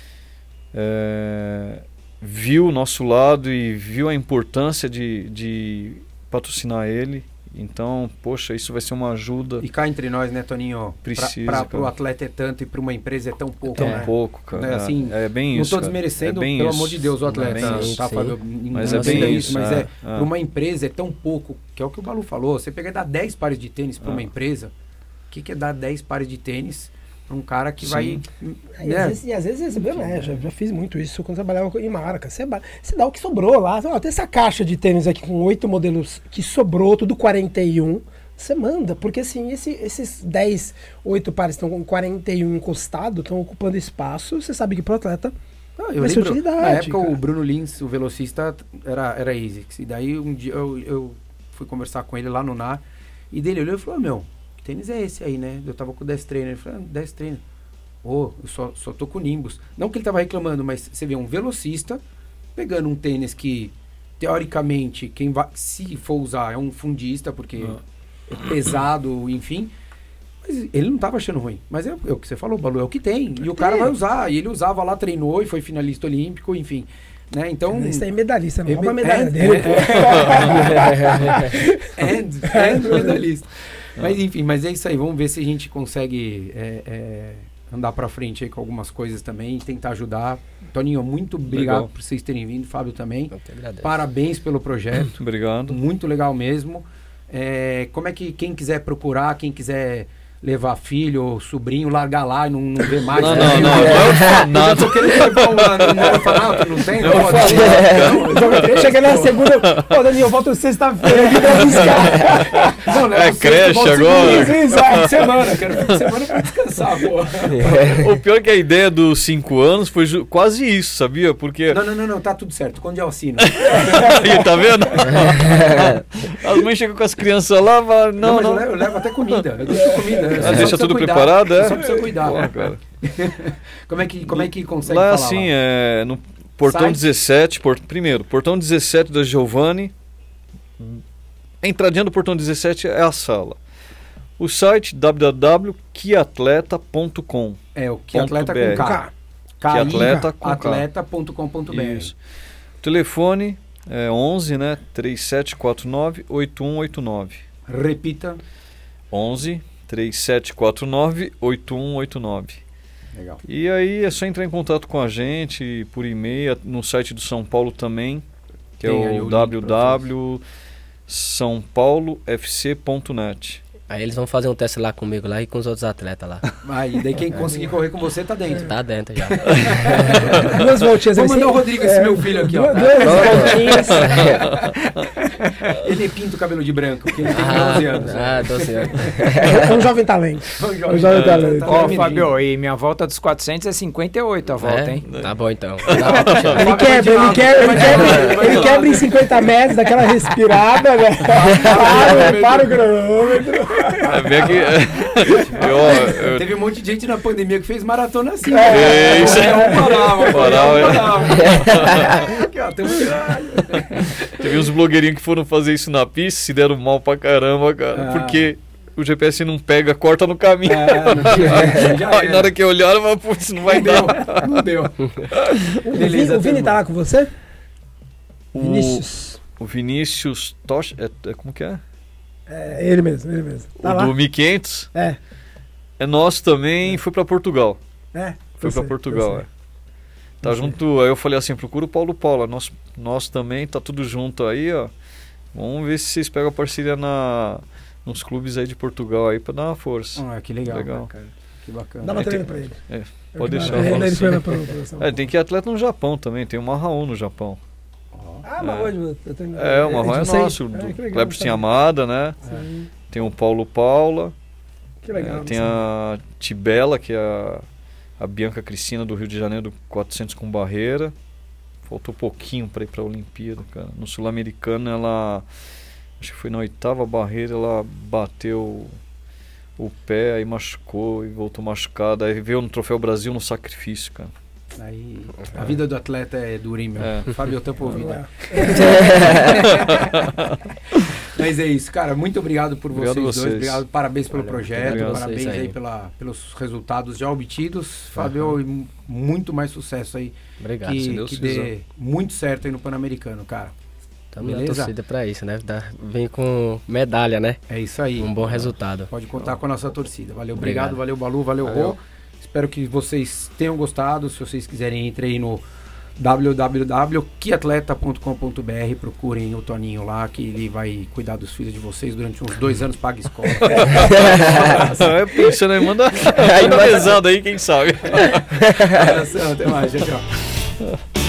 viu o nosso lado e viu a importância de patrocinar ele. Então, poxa, isso vai ser uma ajuda. E cá entre nós, né, Toninho? Precisa, Para o cara. atleta é tanto e para uma empresa é tão pouco, Tão né? pouco, cara. Né, assim, é bem Não isso. estou cara. desmerecendo, É bem pelo isso. amor de Deus, o É atleta. bem Tá, isso. Fábio? Mas Não é bem sei isso, mas é. para uma empresa é tão pouco, que é o que o Balu falou. Você pegar e dar 10 pares de tênis para uma empresa, o que é dar 10 pares de tênis para um cara que Sim. vai... E né? às vezes recebeu, né? Já fiz muito isso quando trabalhava em marca. Você dá o que sobrou lá. Ó, tem essa caixa de tênis aqui com 8 modelos que sobrou, tudo 41. Você manda, porque assim, esses 8 pares estão com 41 encostado, estão ocupando espaço. Você sabe que pro atleta Eu vai ser lembro, utilidade. na época cara. o Bruno Lins, o velocista, era ASICS. E daí um dia eu fui conversar com ele lá no NAR. E dele olhou e falou, meu, que tênis é esse aí, né? Eu tava com o Death Trainer. Ele falou, 10 Trainer. Eu só tô com o Nimbus. Não que ele tava reclamando, mas você vê um velocista pegando um tênis que, teoricamente, quem vai, se for usar, é um fundista, porque é pesado, enfim. Mas ele não tava achando ruim. Mas é o que você falou, Balu, é o que tem. E o cara vai usar. E ele usava lá, treinou e foi finalista olímpico, enfim. Né? Então... Isso aí é medalhista, não rouba a medalha dele. medalhista. Mas enfim, mas é isso aí. Vamos ver se a gente consegue andar pra frente aí com algumas coisas também e tentar ajudar. Toninho, muito obrigado Legal. por vocês terem vindo. Fábio também. Eu que agradeço. Parabéns pelo projeto. Obrigado. Muito legal mesmo. Como é que quem quiser procurar, quem quiser levar filho ou sobrinho, largar lá e não ver mais? Não, né? não, Eu já tô querendo levar um orfanato, não tem? Não, Chega na segunda. Pô, Daniel, eu volto sexta-feira. Creche agora. Fim de semana, quero fim de semana pra descansar, pô. O pior é que a ideia dos 5 anos foi quase isso, sabia? Porque. Não, tá tudo certo. Quando eu assino. Aí, tá vendo? As mães chegam com as crianças lá, falam, Não, não. mas eu levo até comida. Eu deixo comida. Você só Deixa precisa tudo cuidar. preparado, é? Só precisa cuidar. Pô, cara. Como é que consegue Lá falar? assim, no portão Site? 17, primeiro, portão 17 da Giovanni, A entradinha do portão 17 é a sala. O site www.quiatleta.com. É o Quiatleta com K. Quiatleta com K. Atleta.com.br. Isso. O telefone é 11, né? 3749-8189. Repita. 11 3749-8189. Legal. E aí é só entrar em contato com a gente por e-mail, no site do São Paulo também, que Tem é aí o o link pra www.saopaulofc.net. Aí eles vão fazer um teste lá comigo lá e com os outros atletas lá. Aí, daí quem conseguir correr com você tá dentro. Tá dentro já. Duas voltinhas. Vou mandar o assim, Rodrigo, esse meu filho aqui, ó. Duas voltinhas. Ele pinta o cabelo de branco, porque ele tem 12 anos. 12 anos. É um jovem talento. Um jovem talento. Ó, Fábio, e minha volta dos 400 é 58 a volta, hein? Tá bom então. Ele quebra em 50 metros, daquela respirada, né? Para o cronômetro. Teve um monte de gente na pandemia que fez maratona assim. Isso aí. Parava. Aqui, ó, temos... Teve uns blogueirinhos que foram fazer isso na pista, se deram mal pra caramba, cara. Porque o GPS não pega, corta no caminho. Aí na hora que eu olhar, eu falei, putz, não vai dar. Não deu. Beleza, o Vini tá lá com você? Vinícius. O Vinícius Tocha, como que é? É ele mesmo. Tá o lá? do 1500 É nosso também, foi pra Portugal. Foi pra sei, Portugal, sei. Tá junto, aí eu falei assim, procura o Paulo Paula, nós também, tá tudo junto aí, ó. Vamos ver se vocês pegam a parceria nos clubes aí de Portugal aí pra dar uma força. Que legal. Cara. Que bacana. Dá uma treino pra ele. Pode deixar. Tem que ir atleta no Japão também, tem o Marraon no Japão. Mas hoje eu tenho... o Marraon é nosso, do Cleberson Amada, né? Sim. Tem o Paulo Paula. Que legal. Tem a Tibela, que é a Bianca Cristina do Rio de Janeiro, do 400 com barreira. Faltou pouquinho para ir para a Olimpíada, cara. No Sul-Americano, ela, acho que foi na 8ª barreira, ela bateu o pé, aí machucou e voltou machucada. Aí veio no Troféu Brasil no sacrifício, cara. Aí, a vida do atleta é dura, hein, meu? Fábio, eu tampo ouvido. Mas é isso, cara. Muito obrigado por vocês dois. Obrigado, parabéns pelo projeto. Parabéns aí pelos resultados já obtidos. Fábio, muito mais sucesso aí. Obrigado, que dê muito certo aí no Pan-Americano, cara. Estamos na torcida pra isso, né? Vem com medalha, né? É isso aí. Um bom resultado. Pode contar com a nossa torcida. Valeu, obrigado. Valeu, Balu, valeu, Rô. Espero que vocês tenham gostado. Se vocês quiserem, entrem aí no www.quiatleta.com.br. Procurem o Toninho lá, que ele vai cuidar dos filhos de vocês durante uns 2 anos, paga escola. Pensando aí, manda pesado aí, quem sabe. Até mais, tchau.